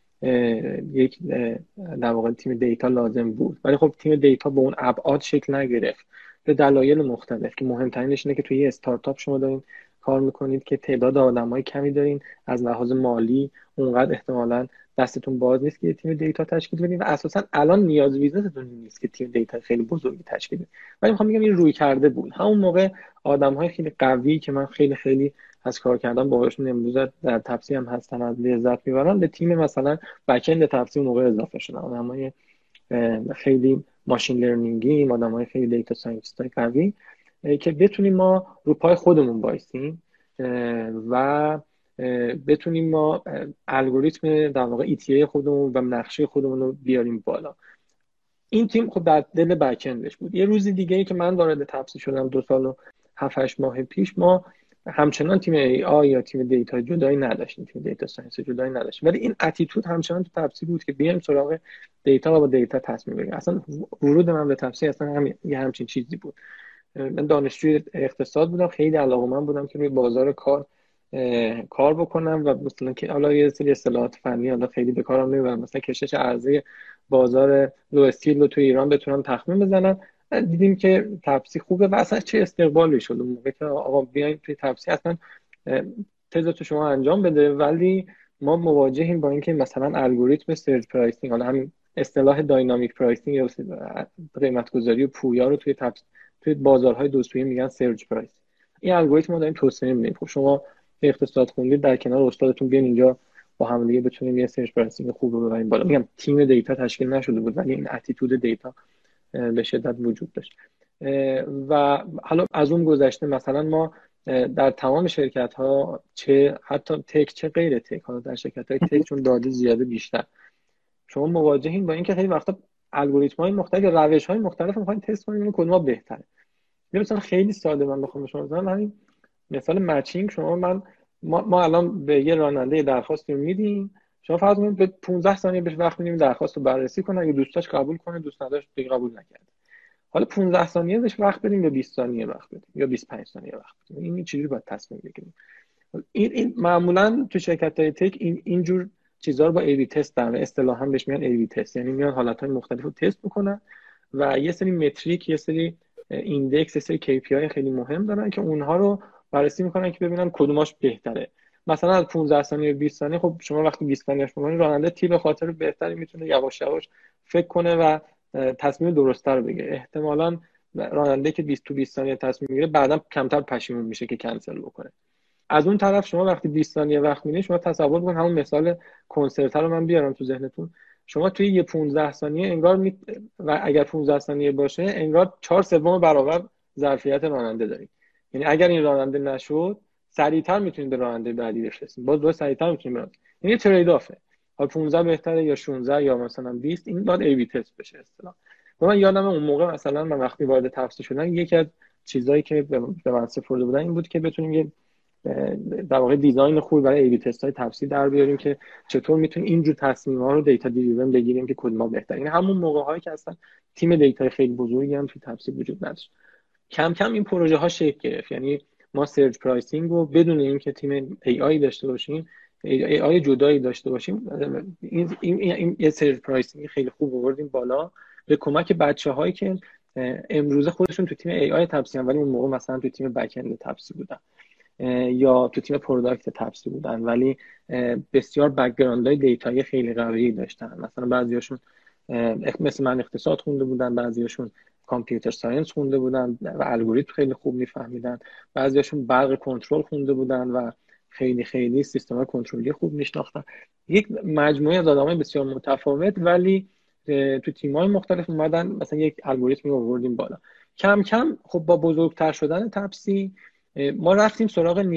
یک در واقع تیم دیتا لازم بود، ولی خب تیم دیتا به اون ابعاد شکل نگرفت به دلایل مختلف که مهمترینش اینه که توی یه استارتاپ شما دارین کار میکنید که تعداد آدمای کمی دارین، از لحاظ مالی اونقدر احتمالاً دستتون باز نیست که تیم دیتا تشکیل بدین و اساساً الان نیاز ویزتون نیست که تیم دیتا خیلی بزرگی تشکیل بدین. ولی میخوام بگم این روی کرده بود همون موقع. آدم‌های خیلی قوی که من خیلی خیلی از کار کردن باهاشون امروز در تفسیر هم هستن، از لذت میبرن، به تیم مثلا بک‌اند تفسیر موقع اضافه شدن. آدمای خیلی ماشین لرنینگی، آدمای خیلی دیتا ساینتیستای قوی که بتونیم ما رو پای خودمون وایسیم و بتونیم ما الگوریتم در واقع ETA خودمون و نقشه خودمون رو بیاریم بالا. این تیم خب در دل بک‌اندش بود. یه روزی دیگه ای که من وارد تفسیر شدم 2 سال و 7-8 ماه پیش، ما همچنان تیم AI یا تیم دیتا جدایی نداشتیم، تیم دیتا ساینس جدایی نداشتیم، ولی این اتیتود همچنان تو تفسیر بود که بیایم سراغ دیتا و با دیتا تصمیم بگیریم. اصلا ورود من به تفسیر اصلا همچین چیزی بود. من دانشجوی اقتصاد بودم، خیلی علاقه‌مند بودم که روی بازار کار بکنم و مثلا که حالا یه سری اصطلاحات فنی حالا خیلی به کارم نمیبرم، مثلا کشش عرضه بازار لو استیل رو تو ایران بتونم تخمین بزنم. دیدیم که تفسیر خوبه و اصلا چه استقبالی شد اون موقع که آقا بیاین توی تفسیر، اصلا تزتو شما انجام بده ولی ما مواجهیم با اینکه مثلا الگوریتم سرچ پرایسینگ، حالا همین اصطلاح داینامیک پرایسینگ یا قیمت گذاری پویا رو توی بازارهای دو سویه میگن سرچ پرایس. این الگوریتم ما داریم توسعه میدیم. خب شما اقتصاد خوندید، در کنار استادتون بیان اینجا با هم دیگه بتونیم یه سرچ پرایسینگ خوب رو ببریم بالا. میگم تیم دیتا تشکیل نشده بود، ولی این اتیتود دیتا به شدت وجود داشت. و حالا از اون گذشته مثلا ما در تمام شرکت ها، چه حتی تک چه غیر تک، حالا در شرکت های تک چون داده زیاده بیشتر، شما مواجهین با اینکه خیلی وقتا الگوریتم های مختلف یا روش های مختلف میخواین تست کنید کدوم بهتره. مثلا خیلی ساده من بخوام شما بزنم، همین مثال مچینگ. ما الان به یه راننده درخواست رو میدیم، شما فرض کنید به 15 ثانیه بهش وقت میدیم درخواست رو بررسی کنه، اگه دوستاش قبول کنه، دوست نداشت دیگه قبول نکرد. حالا 15 ثانیه بهش وقت بدیم یا 20 ثانیه وقت بدیم یا 25 ثانیه وقت بدیم. این چجوری باید تصمیم بگیریم؟ این معمولا تو شرکت‌های تک اینجور چیزا رو با ای وی تست در اصطلاحاً بهش میگن ای وی تست، یعنی میان حالت‌های مختلف رو تست میکنن و یه سری متریک، یه سری ایندکس، یه سری KPI خیلی مهم دارن که اونها رو بررسی میکنن که ببینن کدوماش بهتره. مثلا از 15 ثانیه 20 ثانیه، خب شما وقتی 20 ثانیه‌اش می‌کنید، راننده تیر خاطر بهتری میتونه یواش یواش فکر کنه و تصمیم درست‌تر رو بگیره. احتمالاً راننده که 20 ثانیه تصمیم میگیره بعدا کمتر پشیمون میشه که کنسل بکنه. از اون طرف شما وقتی 20 ثانیه وقت میدید، شما تصور کن، همون مثال کنسرت رو من بیارم تو ذهنتون، شما توی یه 15 ثانیه انگار و اگر 15 ثانیه باشه انگار 4/3 برابر ظرفیت راننده دارید. یعنی اگر این راننده نشد، سریعتر میتونید به راننده بعدی برسید، باز سریعتر میتونید برید. این یه ترید آفه. حالا 15 بهتره یا 16 یا مثلا 20، این باید ای وی تست بشه اصطلاحاً. من یادم اون موقع مثلا من وقتی وارد تفسیر شدم، یکی از چیزایی که به من سپرده بودن این بود که بتونیم یه در واقع دیزاین خوبی برای ای وی تست های تفسیر در بیاریم که چطور میتونیم اینجور تصمیم ها رو دیتا دریون بگیریم که کدوم بهتره. این همون موقع هایی که اصلا تیم دیتا خیلی بزرگی هم توی تفسیر وجود نداشت. کم کم این پروژه ها شکل گرفت. یعنی ما سرچ پرایسینگ رو بدون اینکه تیم ای آی داشته باشیم، ای آی جدایی داشته باشیم، این یه سرچ پرایسینگ خیلی خوب آوردیم بالا به کمک بچه‌هایی که امروزه خودشون تو تیم ای آی تفسیر، ولی اون موقع مثلا تو تیم بک اند تفسیر بودن یا تو تیم پروداکت تفسیر بودن، ولی بسیار بک‌گراندهای دیتایی خیلی قوی داشتن. مثلا بعضیاشون مثل من اقتصاد خونده بودن، بعضیاشون کامپیوتر ساینس خونده بودن و الگوریتم خیلی خوب میفهمیدن، بعضیاشون برق کنترل خونده بودن و خیلی خیلی سیستم‌های کنترلی خوب میشناختن. یک مجموعه از آدمای بسیار متفاوت، ولی تو تیم‌های مختلف اومدن مثلا یک الگوریتمی رو آوردیم بالا. کم کم خب با بزرگتر شدن تفسیر ما رفتیم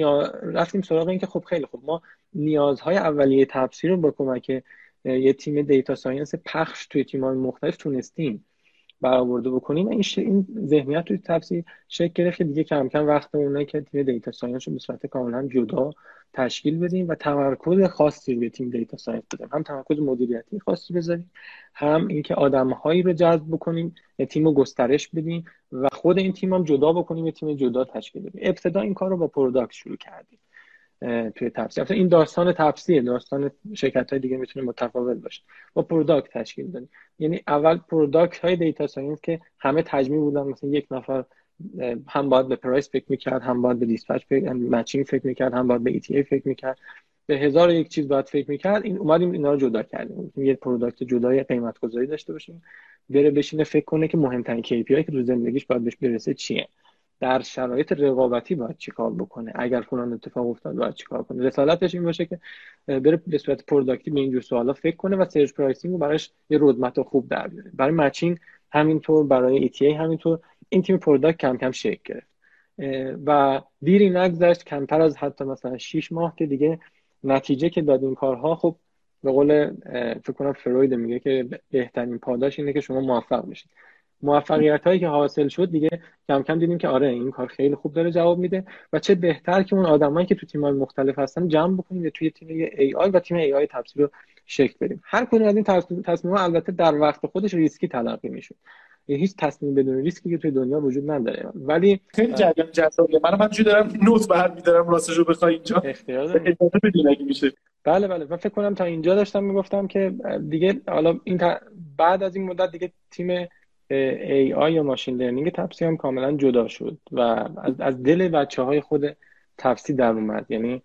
سراغ این که خب خیلی خوب، ما نیازهای اولیه تفسیر رو با کمک یه تیم دیتا ساینس پخش توی تیم‌های مختلف تونستیم برآورده بکنیم. این ذهنیت توی تفسیر شکل گرفت که دیگه کم کم وقت اونه که تیم دیتا ساینس رو به صورت کاملا جدا تشکیل بدیم و تمرکز خاصی به تیم دیتا ساینس بدیم، هم تمرکز مدیریتی خاصی بذاریم، هم اینکه آدم‌هایی رو جذب بکنیم، تیم رو گسترش بدیم و خود این تیم هم جدا بکنیم، یه تیم جدا تشکیل بدیم. ابتدا این کار رو با پروداکت شروع کردیم توی تفسیر. اصلا این داستان تفسیر، داستان شرکت‌های دیگه میتونه متفاوت باشه. با پروداکت تشکیل دادیم. یعنی اول پروداکت های دیتا ساینس که همه تجمیع بودن، مثلا یک نفر هم باید به پرایس فکر میکرد، هم باید به دیسپچ مچینگ فکر میکرد، هم باید به ای تی ای فکر میکرد، به هزار یک چیز باید فکر میکرد. این اومدیم اینا رو جدا کردیم، یه پروداکت جدای قیمت گذاری داشته باشیم، بره بشینه فکر کنه که مهمترین KPI که تو زندگیش باید بهش برسه چیه، در شرایط رقابتی باید چیکار بکنه، اگر فلان اتفاق افتاد باید چیکار کنه. رسالتش این باشه که بره به صورت پروداکتیو به اینجور سوالا فکر کنه و سرچ پرایسینگ رو براش یه رودمپ خوب در بیاره. برای مچینگ همینطور، برای ای تی ای همینطور. این تیم پروداکت کم کم شکل گرفت و دیری نگذشت، کمتر از حتی مثلا 6 ماه که دیگه نتیجه که داد این کارها، خب به قول فکر کنم فروید میگه که بهترین پاداش اینه که شما موفق بشید. موفقیت هایی که حاصل شد دیگه کم کم دیدیم که آره این کار خیلی خوب داره جواب میده و چه بهتر که اون آدمایی که تو تیم‌های مختلف هستن جمع بکنیم و توی تیم ای آی و تیم ای آی تفسیر رو شکل بدیم. هر کدوم از این تصمیم‌ها البته در وقت خودش ریسکی تلقی میشه. هیچ تصمیم بدون ریسکی که توی دنیا وجود نداره، ولی خیلی جریان جذابیه. منم همینجوری دارم نوت برمی‌دارم، راستش رو بخوای اینجا اختیار دارم بدون اگه میشه. بله من فکر کنم تا اینجا داشتم میگفتم که دیگه حالا این بعد از این مدت دیگه تیم ای آی یا ماشین لرنینگ تفسیر هم کاملا جدا شد و از دل بچه‌های خود تفسیر در اومد. یعنی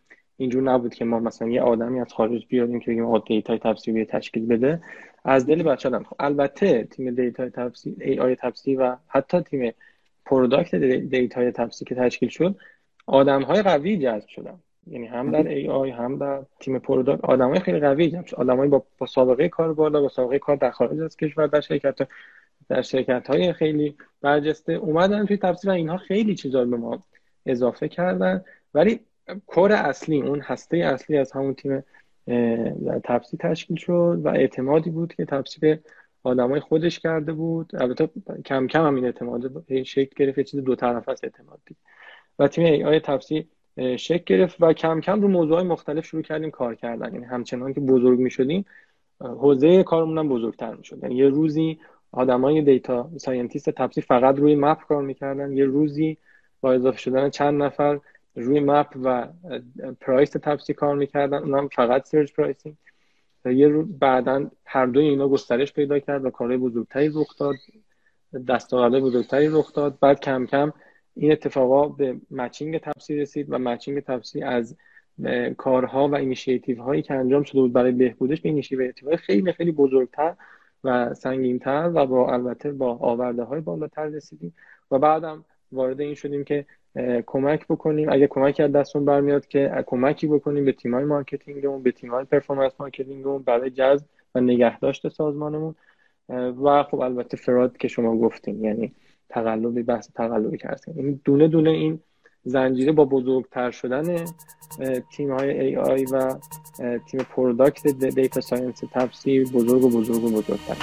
اینجور نبود که ما مثلا یه آدمی از خارج بیاریم که بگیم آقا دیتای تفسیری تشکیل بده. از دل بچه‌ام. البته تیم دیتای تفسیر ای آی تفسیر و حتی تیم پروداکت دیتای تفسیر که تشکیل شد، آدم‌های قوی جذب شدن. یعنی هم در ای آی هم در تیم پروداکت آدمای خیلی قوی جذب شد، آدمای با سابقه کار بالا، با سابقه کار در خارج از کشور، در شرکت‌های خیلی برجسته اومدن توی تفسیر و اینها خیلی چیزا به ما اضافه کردن. ولی کور اصلی، اون هسته اصلی از همون تیم تفسیر تشکیل شد و اعتمادی بود که تفسیر آدمای خودش کرده بود. البته کم کم هم این اعتماد شکل گرفت، چیز دو طرفه است اعتماد دید و تیم ای آی تفسیر شکل گرفت و کم کم رو موضوعات مختلف شروع کردیم کار کردن. یعنی همچنان که بزرگ می‌شدیم حوزه کارمون هم بزرگتر می‌شد. یعنی یه روزی آدمای دیتا ساینتیست تفسیر فقط روی مپ کار می‌کردن، یه روزی با اضافه شدن چند نفر روی مپ و پرایس تفسیر کار می‌کردن، اونم فقط سرچ پرایسینگ. یه روز بعداً هر دوی اینا گسترش پیدا کرد و کارهای بزرگتری رخ داد، دستاوردهای بزرگتری رخ داد. بعد کم کم این اتفاقا به مچینگ تفسیر رسید و مچینگ تفسیر از کارها و اینیشیتیو هایی که انجام شده بود برای بهبودش به اینیشیتیو های خیلی خیلی بزرگتر و سنگین‌تر و با البته با آورده های بالاتر رسیدیم و بعدم وارد این شدیم که کمک بکنیم، اگه کمکی از دستمون برمیاد که کمکی بکنیم به تیم‌های مارکتینگمون، به تیم‌های پرفورمنس مارکتینگمون برای جذب و نگهداشت سازمانمون. و خب البته فراد که شما گفتین، یعنی تقلبی، بحث تقلبی کردیم. این دونه دونه این زنجیره با بزرگتر شدن تیم‌های AI و تیم پروداکت دیتا ساینس تفسیر بزرگتر.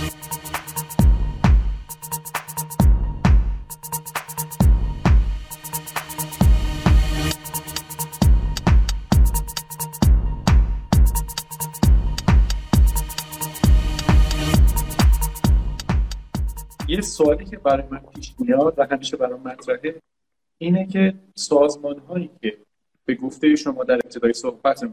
یه سوالی که برای من پیش میاد و همیشه برام مطرحه اینه که سازمان‌هایی که به گفته شما در ابتدای صحبتمون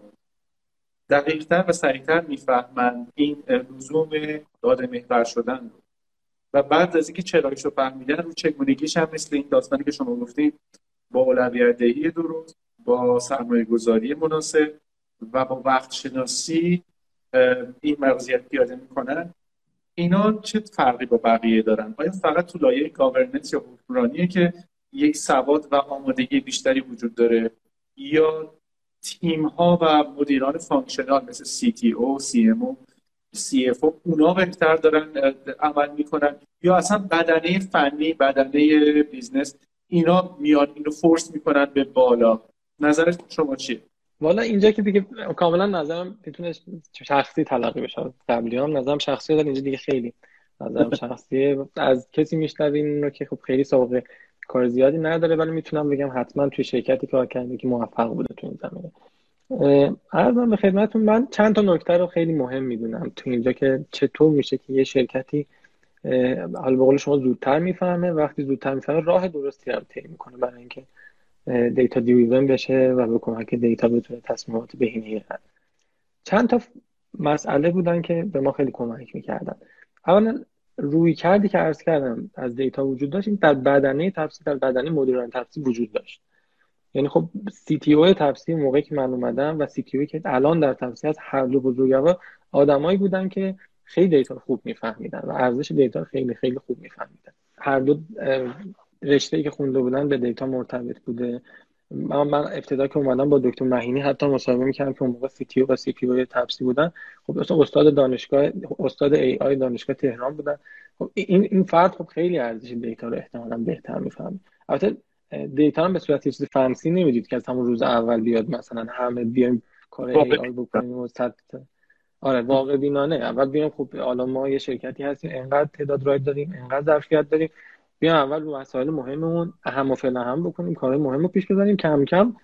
دقیق‌تر و سریع‌تر میفهمن این لزوم داده محور شدن رو و بعد از اینکه چرایشو فهمیدن رو چگونگیش هم مثل این داستانی که شما گفتید با اولویت‌دهی درست، با سرمایه‌گذاری مناسب و با وقت شناسی این وضعیت پیاده میکنن، اینا چه فرقی با بقیه دارن؟ آیا فقط تو لایه گاورننس یا حکمرانیه که یک سواد و آمادگی بیشتری وجود داره یا تیم ها و مدیران فانکشنال مثل CTO، CMO، CFO اونا بهتر دارن عمل میکنن یا اصلا بدنه فنی، بدنه بیزنس اینا میان اینو فورس میکنن به بالا؟ نظر شما چیه؟ والا اینجا که دیگه کاملا نظرم میتونه شخصی تلقی بشه. قبلی هم نظرم شخصی داد، اینجا دیگه خیلی نظرم شخصیه. از کسی میشنوین رو که خب خیلی سابقه کار زیادی نداره، ولی میتونم بگم حتما توی شرکتی کار کرده که موفق بوده تو این زمینه. عرضم به خدمتتون، من چند تا نکته رو خیلی مهم میدونم تو اینجا که چطور میشه که یه شرکتی حالا به قول شما زودتر میفهمه، وقتی زودتر میفهمه راه درستی رو طی میکنه برای اینکه دیتا دریون بشه و به کمک دیتا بتونه تصمیمات بهینه‌ای بگیره. چند تا مسئله بودن که به ما خیلی کمک میکردن. اولا روی کردی که عرض کردم از دیتا وجود داشت، این در بدنه تفسیر، در بدنه مدیران تفسیر وجود داشت. یعنی خب CTO تفسیر موقعی که من اومدم و CTO که الان در تفسیر از هر دو بزرگوار آدمایی بودن که خیلی دیتا خوب میفهمیدن و ارزش دیتا خیلی خیلی خوب میفهمیدن. هر دو رشته‌ای که خونده بودن به دیتا مرتبط بوده. من ابتدا که اومدم با دکتر مهینی حتی مصاحبه می‌کردم که اون موقع CTO و CPO تفسیر بودن. خب اصلا استاد AI دانشگاه تهران بودن. خب این فرد خب خیلی ارزش دیتا رو احتمالاً بهتر می‌فهمه. البته دیتا هم به صورت چیز فنسی نمیدید که از همون روز اول بیاد مثلا همه بیایم کار AI بکنیم و واقع بینانه اول بیایم خب حالا ما یه شرکتی هستیم، انقدر تعداد رایت داریم، انقدر ظرفیت داریم، بیایم اول رو مسائل مهممون اهم و فعلا هم بکنیم، کارهای مهم رو پیش ببریم، کم کم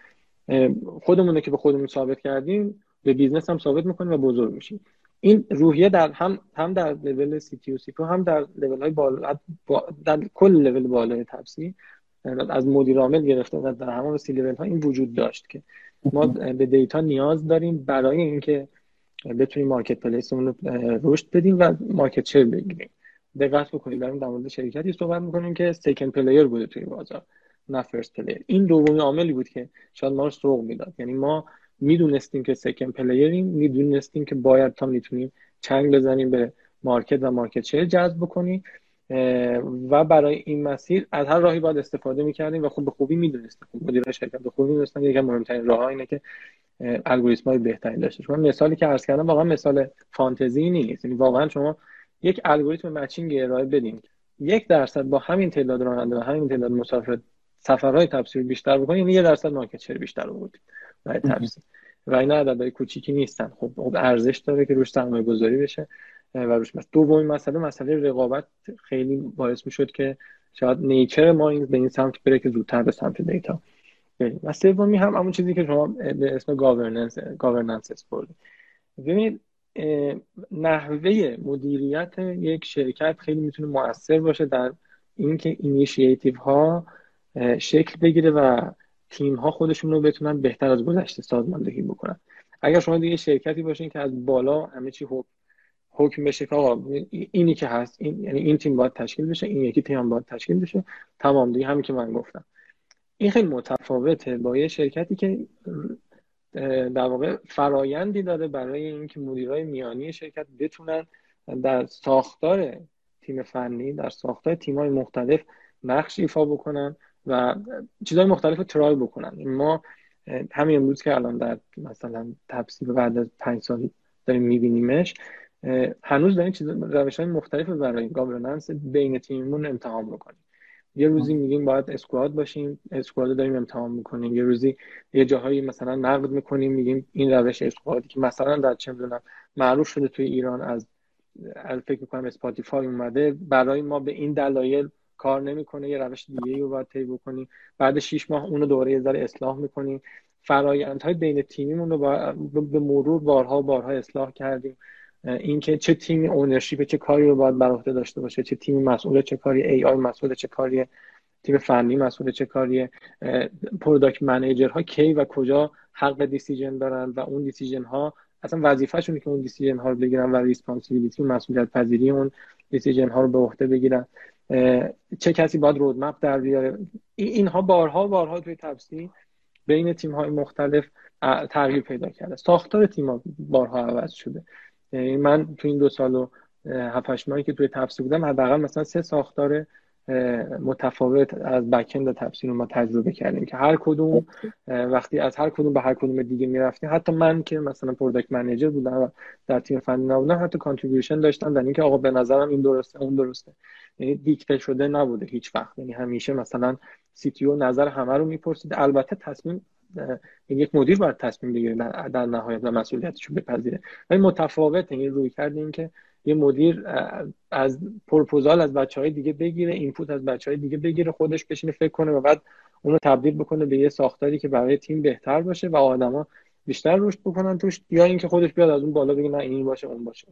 خودمون که به خودمون ثابت کردیم به بیزنس هم ثابت میکنیم و بزرگ میشیم. این روحیه در هم در لول CTO CPO هم در لول های بالا، در کل لول بالای تفسیر از مدیر عامل گرفته و در همه سی لول ها این وجود داشت که ما به دیتا نیاز داریم برای اینکه بتونیم مارکت پلیسمون رو رشد بدیم و مارکت شیر بگیریم. دقت بکنید داریم در مورد شرکتی صحبت میکنیم که سکند پلیر بوده توی بازار، نه فرست پلیر. این دومین عاملی بود که شاید ما رو سوق میداد. یعنی ما میدونستیم که سکند پلیریم، میدونستیم که باید تا میتونیم چنگ بزنیم به مارکت و مارکت شیر جذب بکنیم و برای این مسیر از هر راهی باید استفاده میکردیم و خب به خوبی میدونستیم، مدیرای شرکت به خوبی میدونستن یکی از مهمترین راه‌ها اینه که الگوریتم‌های بهتری داشته باشه. مثالی که عرض کردم واقعا مثال فانتزی نیست، یعنی واقعا شما یک الگوریتم مچینگ ارائه بدین 1% با همین تعداد راننده و همین تعداد مسافر سفرهای تبصیری بیشتر بکنین، یعنی 1% مارکت شیر بیشتر آوردید برای تبصیری و اینا عددهای کوچیکی نیستن. خب ارزش داره که روش سرمایه‌گذاری بشه و روش دومین مسئله رقابت خیلی باعث میشد که شاید نیچر ما این به این سمت بره که زودتر به سمت دیتا بریم. و سومی هم همون چیزی که شما به اسم گاورننس اسپردید. ببینید نحوه مدیریت یک شرکت خیلی میتونه مؤثر باشه در اینکه اینیشیتیو ها شکل بگیره و تیم ها خودشون رو بتونن بهتر از گذشته سازماندهی بکنن. اگر شما دیگه شرکتی باشین که از بالا همه چی حکم بشه که آقا اینی که هست یعنی این تیم باید تشکیل بشه، این یکی تیم باید تشکیل بشه، تمام دیگه همین که من گفتم. این خیلی متفاوته با یه شرکتی که در واقع فرایندی داره برای اینکه مدیرای میانی شرکت بتونن در ساختار تیم فنی، در ساختار تیم‌های مختلف نقش ایفا بکنن و چیزهای مختلف رو ترای بکنن. ما همین امروز که الان در مثلا تبصیل بعد از 5 سال داریم می‌بینیمش، هنوز داریم روش‌های مختلف برای گاورننس بین تیممون امتحان می‌کنیم. یه روزی میگیم باید اسکواد باشیم، اسکواد داریم امتحان میکنیم. یه روزی یه جاهایی مثلا نقد میکنیم، میگیم این روش اسکوادی که مثلا در چه میدونم معروف شده توی ایران از فکر میکنم اسپاتیفای اومده، برای ما به این دلایل کار نمیکنه، یه روش دیگه‌ای رو باید طی بکنیم. بعد 6 ماه اون رو دوباره یه ذره اصلاح میکنیم. فرآیندهای بین تیمیمون رو به مرور بارها اصلاح کردیم. اینکه چه تیمی اونرشیپ چه کاری رو باید بر عهده داشته باشه، چه تیمی مسئول چه کاری، ای آی مسئول چه کاری، تیم فنی مسئول چه کاری، پروداکت منیجرها کی و کجا حق دیسیژن دارن و اون دیسیژن ها اصلا وظیفه‌شونه که اون دیسیژن ها رو بگیرن و ریسپانسیبیلیتی و مسئولیت پذیری اون دیسیژن ها رو به عهده بگیرن، چه کسی باید رودمپ در بیاره. اینها بارها توی تبصیل بین تیم‌های مختلف تغییر پیدا کرده. ساختار تیم‌ها بارها عوض شده. من تو این 2 سال و 7-8 ماهی که توی تبصیل بودم حداقل مثلا 3 ساختار متفاوت از بک‌اند تبصیل رو ما تجربه کردیم که هر کدوم وقتی از هر کدوم به هر کدوم دیگه میرفتیم، حتی من که مثلا پروداکت منیجر بودم و در تیم فنی نبودم حتی کانتریبیوشن داشتم در اینکه آقا به نظرم این درسته اون درسته. یعنی دیکته شده نبوده هیچ وقت، یعنی همیشه مثلا سی تی او نظر همه رو میپرسید. البته تصمیم یک مدیر باید تصمیم بگیره در نهایت و مسئولیتش رو بپذیره، ولی متفاوته. این روی کرده این که یه مدیر از پروپوزال از بچهای دیگه بگیره، اینپوت از بچهای دیگه بگیره، خودش بشینه فکر کنه و بعد اون رو تبدیل بکنه به یه ساختاری که برای تیم بهتر باشه و آدما بیشتر رشد بکنن توش، یا اینکه خودش بیاد از اون بالا بگه نه این باشه اون باشه.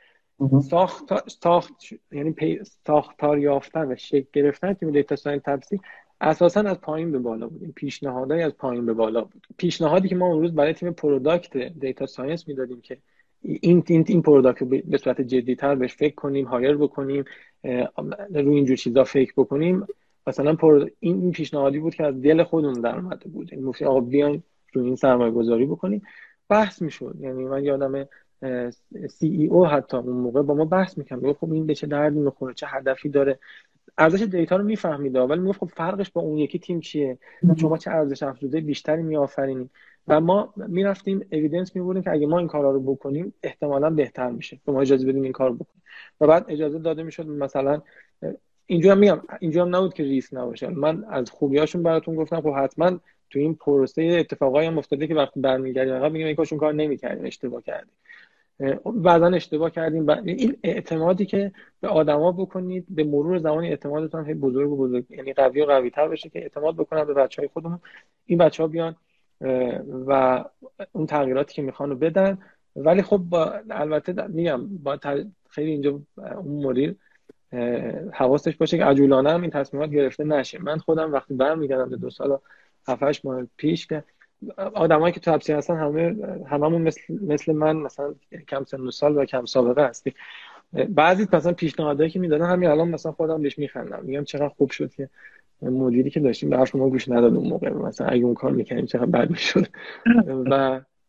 یعنی ساختار یافتن و شکل گرفتن تیم دیتا ساینس تبصیل اساساً از پایین به بالا بود. این پیشنهادای از پایین به بالا بود. پیشنهادی که ما اون روز برای تیم پروداکت دیتا ساینس میدادیم که این پروداکت به صورت جدی‌تر بهش فکر کنیم، هایر بکنیم، روی اینجور چیزا فکر بکنیم، مثلا این پیشنهادی بود که از دل خودمون در اومده بود. این گفتیم آقا بیاین روی این سرمایه‌گذاری بکنیم. بحث میشد. یعنی من یادمه سی ای او حتی اون موقع با ما بحث می‌کرد، میگفت خب این به چه دردی می‌خوره، چه هدفی داره، ارزش دیتا رو میفهمید ولی میگفت خب فرقش با اون یکی تیم چیه، شما چه ارزش افزوده بیشتری میآفرینید. و ما میرفتیم اوییدنس میبردیم که اگه ما این کارا رو بکنیم احتمالاً بهتر میشه، به ما اجازه بدیم این کارو بکنیم. و بعد اجازه داده میشد مثلا اینجوری هم نبود که ریسک نباشه. من از خوبیاشون براتون گفتم، خب حتما تو این پروسه اتفاقایی هم افتاده که وقتی برمیگردیم عقب میگیم کاش اون کار نمی‌کردیم، اشتباه کردیم، بعضا اشتباه کردیم. این اعتمادی که به آدما بکنید به مرور زمان اعتمادتون هم بزرگ یعنی قوی و قوی‌تر بشه که اعتماد بکنن به بچهای خودمون، این بچه‌ها بیان و اون تغییراتی که میخوان رو بدن. ولی خب البته میگم با خیلی اینجا اون مدیر حواسش باشه که عجولانه هم این تصمیمات گرفته نشه. من خودم وقتی برمیگردم به 2 سال و 7-8 ماه پیش که آدمایی که تو تبصیل هستن هممون مثل من مثلا کم سن و سال و کم سابقه هستیم، بعضی مثلا پیشنهادایی که میدادن همین الان مثلا خودم بهش میخندم، میگم چقدر خوب شد که مدیری که داشتیم به حرف ما گوش نداد اون موقع، مثلا اگه اون کار میکنیم چقدر بد میشد. و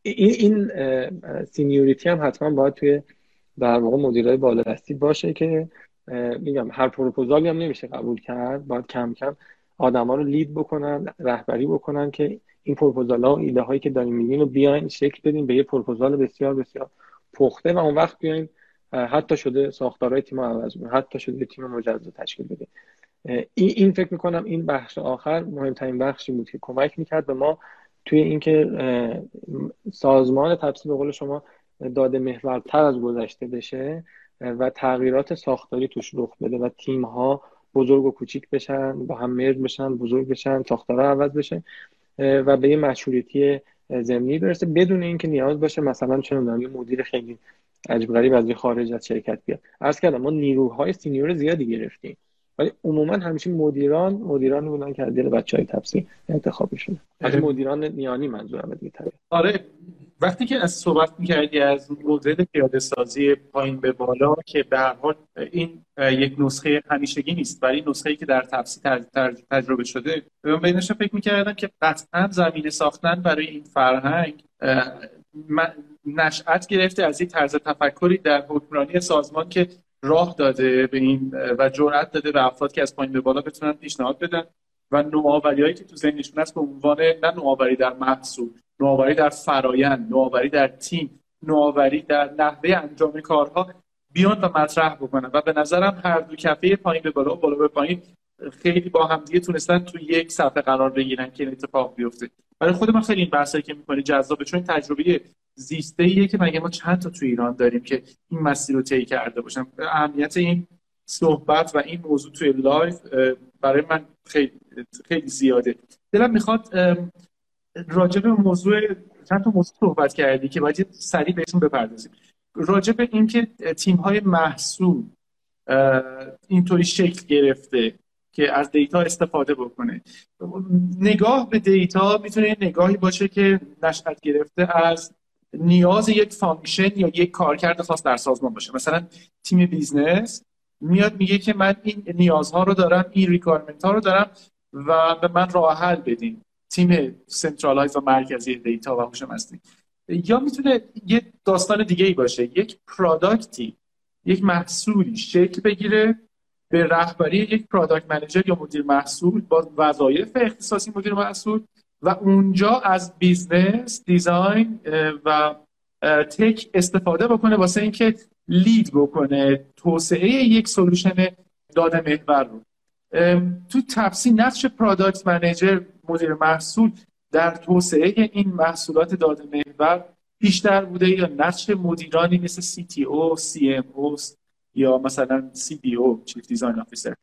این سینیوریتی هم حتما باید توی در واقع مدیرای بالادستی باشه که میگم هر پروپوزالی هم نمیشه قبول کرد، باید کم کم آدما رو لید بکنن، رهبری بکنن که این پروپوزال‌ها و ایده هایی که داریم میگین رو بیاین شکل بدین به یه پروپوزال بسیار بسیار پخته و اون وقت بیاین حتی شده ساختارهای تیم عوض کنین، حتی شده تیم مجزا تشکیل بدین. این فکر میکنم این بخش آخر مهمترین بخشی بود که کمک میکرد به ما توی اینکه سازمان تپسی به قول شما داده محورتر از گذشته بشه و تغییرات ساختاری توش رخ بده و تیم ها بزرگ و کوچیک بشن، با هم مرج بشن، بزرگ بشن، ساختارها عوض بشه و به یه مچوریتی ضمنی برسه بدون اینکه نیاز باشه مثلا چه می‌دونم یه مدیر خیلی عجیب غریب از خارج از شرکت بیاد. عرض کردم ما نیروهای سینیور زیادی گرفتیم ولی عموما همیشه مدیران بودن که از دل بچهای تپسی انتخاب می‌شدن. از مدیران میانی منظورم دیگه طبعا. آره، وقتی که از صحبت می‌کردی از مدل پیاده سازی پایین به بالا که به هر حال این یک نسخه همیشگی نیست ولی نسخه‌ای که در تپسی تجربه شده، من بینش فکر می‌کردم که قطعاً زمینه ساختن برای این فرهنگ نشأت گرفته از این طرز تفکری در حکمرانی سازمان که راه داده به این و جرأت داده به افراد که از پایین به بالا بتونن پیشنهاد بدن و نوآوری‌هایی که تو ذهنشون هست به عنوان نه نوآوری در محصول، نوآوری در فرایند، نوآوری در تیم، نوآوری در نحوه انجام کارها بیان و مطرح بکنن و به نظرم هر دو کفه پایین به بالا و بالا به پایین خیلی با هم دیگه تونستن تو یک صفحه قرار بگیرن که این اتفاق بیفته. برای خود من خیلی این بحثایی که می‌کنی جذابه چون تجربه زیسته‌ایه که مگه ما چند تا تو ایران داریم که این مسیر رو طی کرده باشن. اهمیت این صحبت و این موضوع توی لایف برای من خیلی خیلی زیاده. دلم میخواد راجع به چند تا موضوع صحبت کردی که باید سریع بهشون بپردازیم. راجع به اینکه تیم‌های محصول اینطوری شکل گرفته که از دیتا استفاده بکنه. نگاه به دیتا میتونه نگاهی باشه که نشأت گرفته از نیاز یک فانکشن یا یک کارکرد خاص در سازمان باشه. مثلا تیم بیزنس میاد میگه که من این نیازها رو دارم، این ریکوایرمنت ها رو دارم و به من راه حل بدین. تیم سنترالایز و مرکزی دیتا و هوش مصنوعی. یا میتونه یه داستان دیگه ای باشه، یک پروداکتی، یک محصولی شکل بگیره به رهبری یک پروداکت منیجر یا مدیر محصول با وظایف اختصاصی مدیر محصول و اونجا از بیزنس، دیزاین و تک استفاده بکنه واسه اینکه لید بکنه توسعه یک سولوشن داده محور رو. تو تپسی نقش پروداکت منیجر، مدیر محصول در توسعه این محصولات داده محور بیشتر بوده یا نقش مدیرانی مثل CTO، CMO یا مثلا CDO، چیف دیزاین آفیسر؟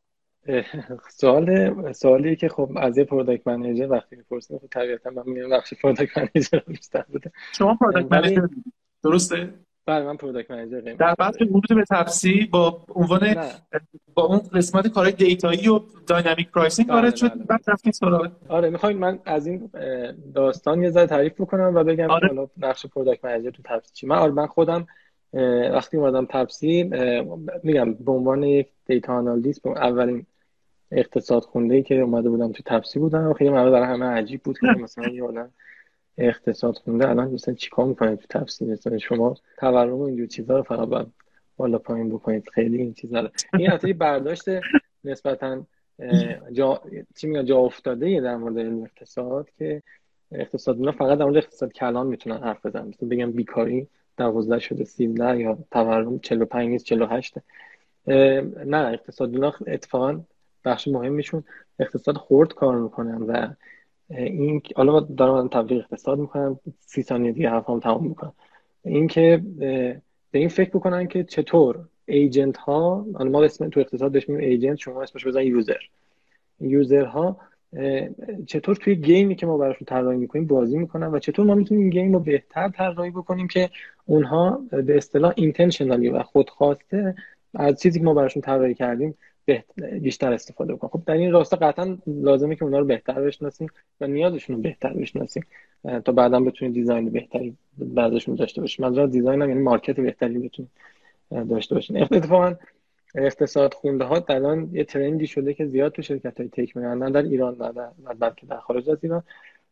سوالی که خب از یه پروداکت منیجر وقتی می‌پرسیم خب طبیعتا من میگم نقش پروداکت منیجر رو بیشتر بوده. شما پروداکت منیجر درسته؟ بله من پروداکت منیجر. در بعد ورود به تپسی با عنوان با اون قسمت کارهای دیتایی و داینامیک پرایسینگ وارد شد بعد رفتید سراغ. آره میخواید من از این داستان یه ذره تعریف بکنم و بگم حالا نقش پروداکت منیجر تو تپسی چی. من خودم وقتی اومدم تپسی میگم به عنوان یک دیتا آنالیست اولین اقتصاد خونده‌ای که اومده بودم تو تپسی بودم و خیلی برای همه عجیب بود که مثلا یه آدم اقتصاد خونده الان مثلا چیکار می‌کنه تو تپسی، مثلا شما تورم و اینجور چیزا رو فقط بالا پایین بکنید، خیلی این چیزا رو. این حتی برداشت نسبتاً جا افتاده در مورد علم اقتصاد که اقتصادی‌ها فقط در مورد اقتصاد کلان میتونن حرف بزنن، مثلا بگم بیکاری 12 شده 13 یا تورم 45 نیست 48. نه اقتصادی‌ها اتفاقاً بخش مهمیشون اقتصاد خرد کار میکنن و این حالا دارم تبلیغ اقتصاد میکنم 30 ثانیه دیگه حرفم تمام میکنم. این که به این فکر بکنن که چطور ایجنت ها، حالا ما اسم تو اقتصاد بهش میگیم ایجنت، شما اسمش بزنید یوزرها چطور توی گیمی که ما براشون طراحی میکنیم بازی میکنن و چطور ما میتونیم این گیم رو بهتر طراحی بکنیم که اونها به اصطلاح اینتنشنالی و خودخواسته از چیزی که ما براشون طراحی کردیم بیشتر استفاده بکنن. خب در این راستا قطعا لازمه که اونا رو بهتر بشناسیم و نیازشون رو بهتر بشناسیم تا بعداً بتونیم دیزاین بهتری بعدشون داشته باشیم. منظورم دیزاین هم یعنی مارکت بهتری بتونیم داشته باشیم. اتفاقاً اقتصاد خونده ها الان یه ترندی شده که زیاد تو شرکت‌های تک می‌بینن در ایران و بلکه در خارج از ایران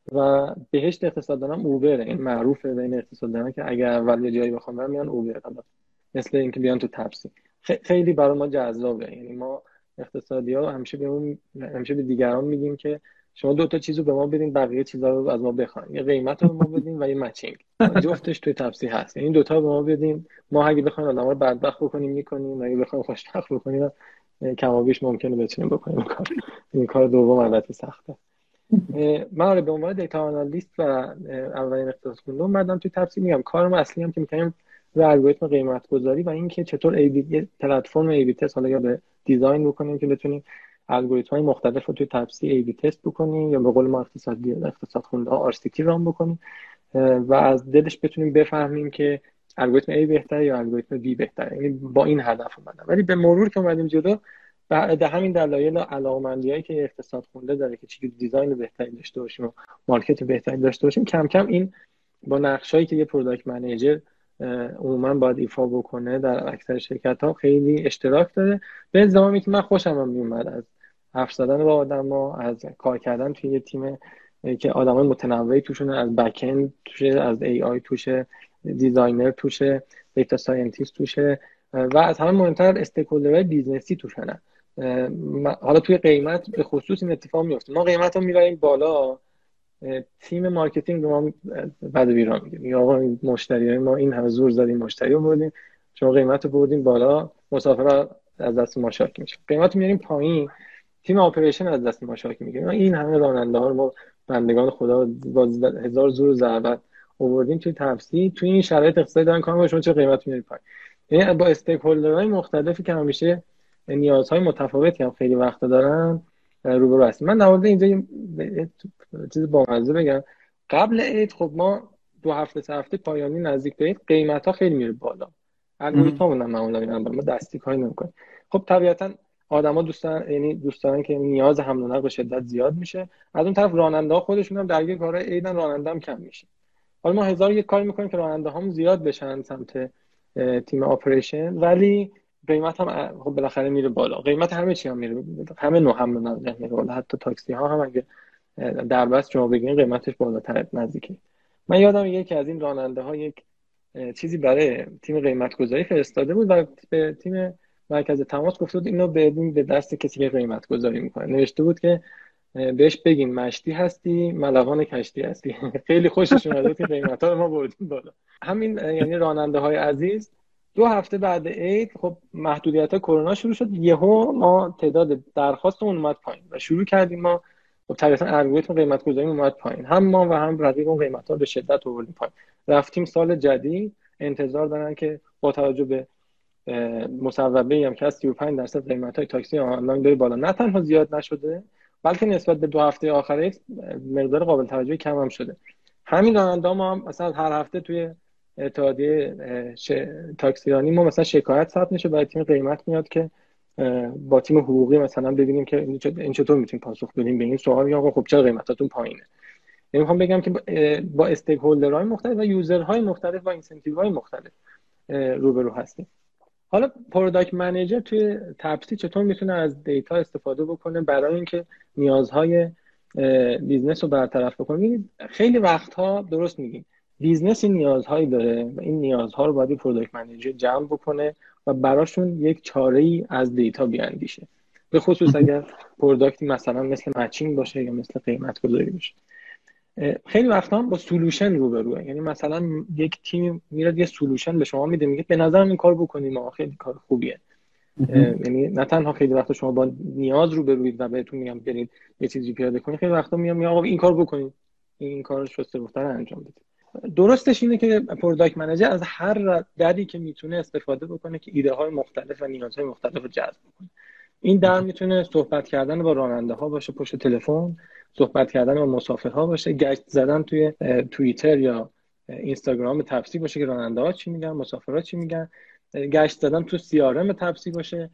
و بهشت اقتصاددانان اوبره. این معروفه بین اقتصاددانان که اگر اول یه جایی بخوام برن میان اوبر. مثل اینکه بیان تو تپسی. خیلی برای ما جذابه. یعنی ما اقتصادی‌ها همیشه به دیگران میگیم که شما دو تا چیزو به ما بدین، بقیه چیزا رو از ما بخواین. یه قیمت رو به ما بدین و یه مچینگ. جفتش توی تپسی هست. این دوتا به ما بدین، ما اگه بخوایم آدما رو بدبخت بکنیم میکنیم، اگه بخوایم خوشبخت بکنیم کمابیش ممکنه بتونیم بکنیم این کار دوم البته سخته. من به عنوان دیتا آنالیست و اولین اقتصادخوانده اومدم توی تپسی. میگم کارم اصلی هم که می‌کنیم روی الگوریتم قیمت گذاری و اینکه چطور یه پلتفرم ای بی تست حالا یا به دیزاین بکنیم که بتونیم الگوریتم‌های مختلف رو توی تپسی ای بی تست بکنیم یا به قول ما اقتصادخوانده ها آر سی تی ران بکنیم و از دلش بتونیم بفهمیم که الگوریتم A بهتره یا الگوریتم B بهتره. یعنی با این هدف اومدم. ولی به مرور که اومدیم جلو بعد همین دلایل علاقه‌مندیایی که اقتصاد خونده داره که چیزی دیزاین بهتری داشته باشیم و مارکت بهتری داشته باشیم، کم کم این با نقشایی که یه پروداکت منیجر عموما باید ایفا بکنه در اکثر شرکت‌ها خیلی اشتراک داره. به زمانی که من خوشم میومد از حرف زدن با آدم‌ها، از کار کردن توی یه تیم که آدمای متنوعی توشونه، از بک اند توشه، از ای آی توشه، دیزاینر توشه، دیتا ساینتیست توشه و از همه مهمتر استیک‌هولدرهای بیزنسی توشن. حالا توی قیمت به خصوص این اتفاق میفته. ما قیمت رو میبریم بالا، تیم مارکتینگ به ما بعد ویران میگه یا آقا این مشتریای ما این همه زور زدیم مشتری رو بردیم، شما قیمت رو بردیم بالا، مسافر از دست ما شاکی میشه. قیمت رو میاریم پایین، تیم اپریشن از دست ما شاکی میگه. این همه راننده ها رو ما بندگان خدا با هزار زور و ضربت آوردیم توی تپسی. توی این شرایط اقتصادی دارن کار میکنن، شما چه قیمت میارید پایین؟ یعنی با استیک هولدرهای مختلفی که همیشه نیازهای متفاوتی هم خیلی وقت دارن روبرو هستیم. من در مورد اینجا یه چیز بامزه بگم. قبل عید خب ما 2 هفته 3 هفته پایانی نزدیک به عید قیمتا خیلی میره بالا. الگوریتممون هم معمولا اینا ما دستی کاری نمی‌کنیم. خب طبیعتا آدما دوست دارن که نیاز حمل و نقل به شدت زیاد میشه. از اون طرف راننده‌ها خودشون هم درگیر کارهای عیدن، راننده هم کم میشه. حالا ما هزار یک کاری می‌کنیم که راننده‌هامون زیاد بشن سمت تیم اپریشن، ولی قیمت هم خب بالاخره میره بالا. قیمت همه چی هم میره، همه نوع حمل و نقل میره بالا. حتی تاکسی ها هم اگه در بس شما بگین قیمتش بالاتر نزدیکی. من یادم یکی از این راننده ها یک چیزی برای تیم قیمت گذاری فرستاده بود و به تیم مرکز تماس گفته بود اینو بدین به دست کسی که قیمت گذاری میکنه. نوشته بود که بهش بگین مشتی هستی، ملوان کشتی هستی. خیلی خوششون اومد که قیمتا رو ما بردیم بالا. همین یعنی راننده های عزیز 2 هفته بعد عید خب محدودیت کرونا شروع شد، یهو ما تعداد درخواستمون اومد پایین و شروع کردیم ما خب طبیعتا الگوریتم قیمت گذاری اومد پایین. هم ما و هم رقیب اون قیمتا رو به شدت آوردیم پایین. رفتیم سال جدید انتظار دارن که با توجه به مصوبه‌ای هم که از 35% قیمت‌های تاکسی آنلاین بره بالا، نه تنها زیاد نشده بلکه نسبت به 2 هفته آخر مقدار قابل توجهی کم هم شده. همین راننده ما هم مثلا هر هفته توی اتحادیه تاکسیرانی ما مثلا شکایت ثبت میشه، برای تیم قیمت میاد که با تیم حقوقی مثلا ببینیم که این چطور میتونیم پاسخ بدیم به این سوال، یا خب چرا قیمتاتون پایینه. یعنی میخوام بگم که با استیک هولدرهای مختلف و یوزرهای مختلف و اینسنتیوهای مختلف روبرو هستیم. حالا پروداکت منیجر توی تپسی چطور میتونه از دیتا استفاده بکنه برای اینکه نیازهای بیزنس رو برطرف بکنه؟ خیلی وقتها درست میگیم بیزنس این نیازهایی داره و این نیازها رو باید پروداکت منیجر جمع بکنه و براشون یک چاره‌ای از دیتا بیاندیشه، به خصوص اگر پروداکتی مثلا مثل مچینگ باشه یا مثل قیمت گذاری باشه. خیلی وقتا با سولوشن روبروه. یعنی مثلا یک تیم میاد یه سولوشن به شما میده، میگه به نظرم این کار بکنیم، ما خیلی کار خوبیه. یعنی نه تنها خیلی وقتا شما با نیاز روبروید و بهتون میگم برید یه چیزی پیاده کنید، خیلی وقتا میگم آقا این کار بکنید، این کارو شسته رفتن انجام بدید. درستش اینه که پروداکت منیجر از هر دری که میتونه استفاده بکنه که ایده های مختلف و نیازهای مختلف رو جذب کنه. این در میتونه صحبت کردن با راننده ها باشه پشت تلفن، صحبت کردن با مسافرها باشه، گشت زدن توی توییتر یا اینستاگرام تپسی باشه که راننده ها چی میگن، مسافرها چی میگن، گشت زدن تو سی آر ام تپسی باشه،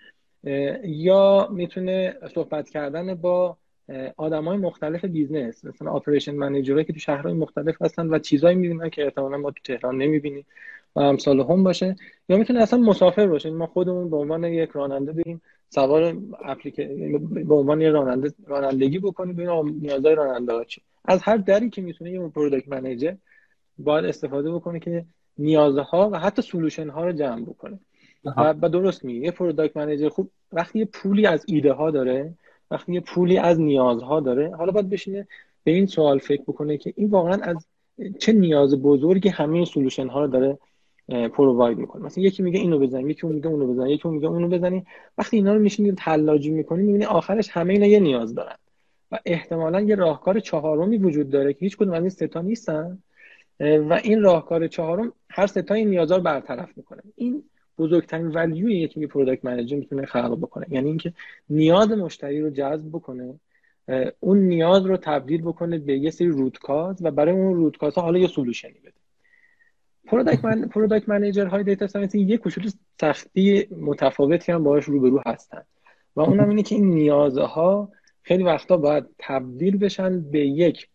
یا میتونه صحبت کردن با آدمای مختلف بیزنس، مثلا اپریشن منیجرایی که تو شهرهای مختلف هستن و چیزایی میبینن که احتمالاً ما تو تهران نمیبینیم و امثال هم باشه، یا میتونه اصلا مسافر باشه. ما خودمون به عنوان یک راننده بریم سوار به عنوان یک رانندگی بکنیم، ببینیم نیازهای راننده ها چی. از هر دری که میتونه یه پروداکت منیجر باید استفاده بکنه که نیازها و حتی سولوشن ها رو جمع بکنه. و درست میگه، یه پروداکت منیجر خوب وقتی یه پولی از ایده ها داره، وقتی یه پولی از نیازها داره، حالا باید بشینه به این سوال فکر بکنه که این واقعا از چه نیاز بزرگی همه این سولوشن ها رو داره پروواید میکنه. مثلا یکی میگه اینو بزنی، یکی اون میگه اونو بزنی، یکی اون میگه اونو بزنی. وقتی اینا رو میشینید حلاجی میکنی، میبینی آخرش همه اینا یه نیاز دارن و احتمالاً یه راهکار چهارمی وجود داره که هیچ کدوم از این سه تا نیستن و این راهکار چهارم هر سه تا این نیازا رو برطرف میکنه. این بزرگترین ولیویه که پروداکت منیجر میتونه خلق بکنه، یعنی اینکه نیاز مشتری رو جذب بکنه، اون نیاز رو تبدیل بکنه به یه سری روت کاز و برای اون روت کاز حالا یه سولوشنی بده. پروداکت منیجر های دیتا ساینس یه کوچولو سختی متفاوتی هم باهاش روبرو هستن و اونم اینه که این نیازها خیلی وقتا باید تبدیل بشن به یک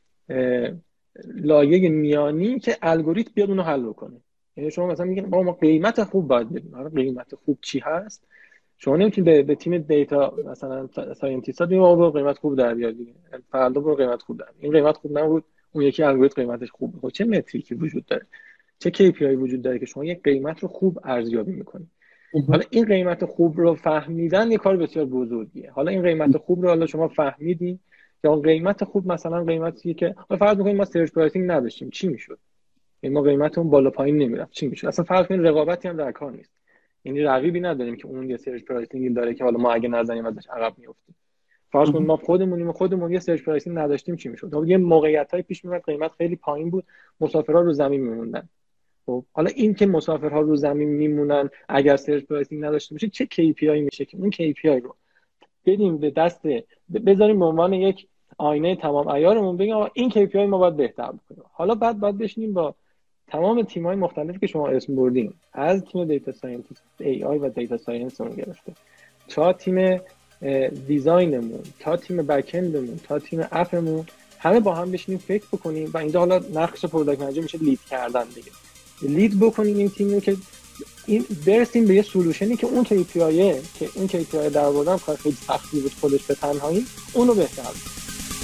لایه میانی که الگوریتم بیاد اونو حل بکنه. یعنی شما مثلا میگین ما قیمت خوب باید بدیم. آره قیمت خوب چی هست؟ شما نمیتونید به تیم دیتا مثلا ساینتیست‌ها بگید آقا قیمت خوب در بیار دیگه، فردا برو قیمت خوب در. این قیمت خوب نبود، اون یکی الگوریتم قیمتش خوبه. خب چه متریکی وجود داره؟ چه KPI وجود داره که شما یک قیمت رو خوب ارزیابی میکنید؟ حالا این قیمت خوب رو فهمیدن یه کار بسیار بزرگیه. حالا این قیمت خوب رو حالا شما فهمیدین که اون قیمت خوب مثلا قیمتیه که فرض می‌کنیم ما سرچ پرایسینگ نداشتیم، چی میشد؟ یعنی ما قیمتمون بالا پایین نمیرفت، چی میشد؟ اصلا فرض کنید رقابتی هم در کار نیست، یعنی رقیبی نداریم که اون یه سرچ پرایسینگ داره که حالا ما اگه نزنیم ازش عقب میافتیم. فرض کنید ما خودمون یه سرچ پرایسینگ نداشتیم، چی میشد؟ یه موقعیتایی پیش میاد قیمت خیلی پایین بود، مسافرها رو زمین میموندن. خب حالا این که مسافرها رو زمین میمونن اگر سرچ پرایسینگ نداشته باشه چه KPI میشه که اون KPI رو بدیم به دست بذاریم به عنوان یک آینه تمام عیارمون، بگیم آقا این KPI ما باید بهتر بکنیم. حالا باید بشینیم با تمام تیم‌های مختلفی که شما اسم بردین، از تیم دیتا ساینتیست، AI و دیتا ساینس اون گرفته تا تیم دیزاینمون، تا تیم بک اندمون، تا تیم اپمون، همه با هم بشینیم فکر بکنیم و اینجا حالا نقش پروداکت منیجر میشه لید کردن دیگه. لید بکنیم این تیم رو که این برسیم به یه سولوشنی که اون KPI در آوردن کار خیلی سختی بود خودش به تنهایی، اونو بهتر بود.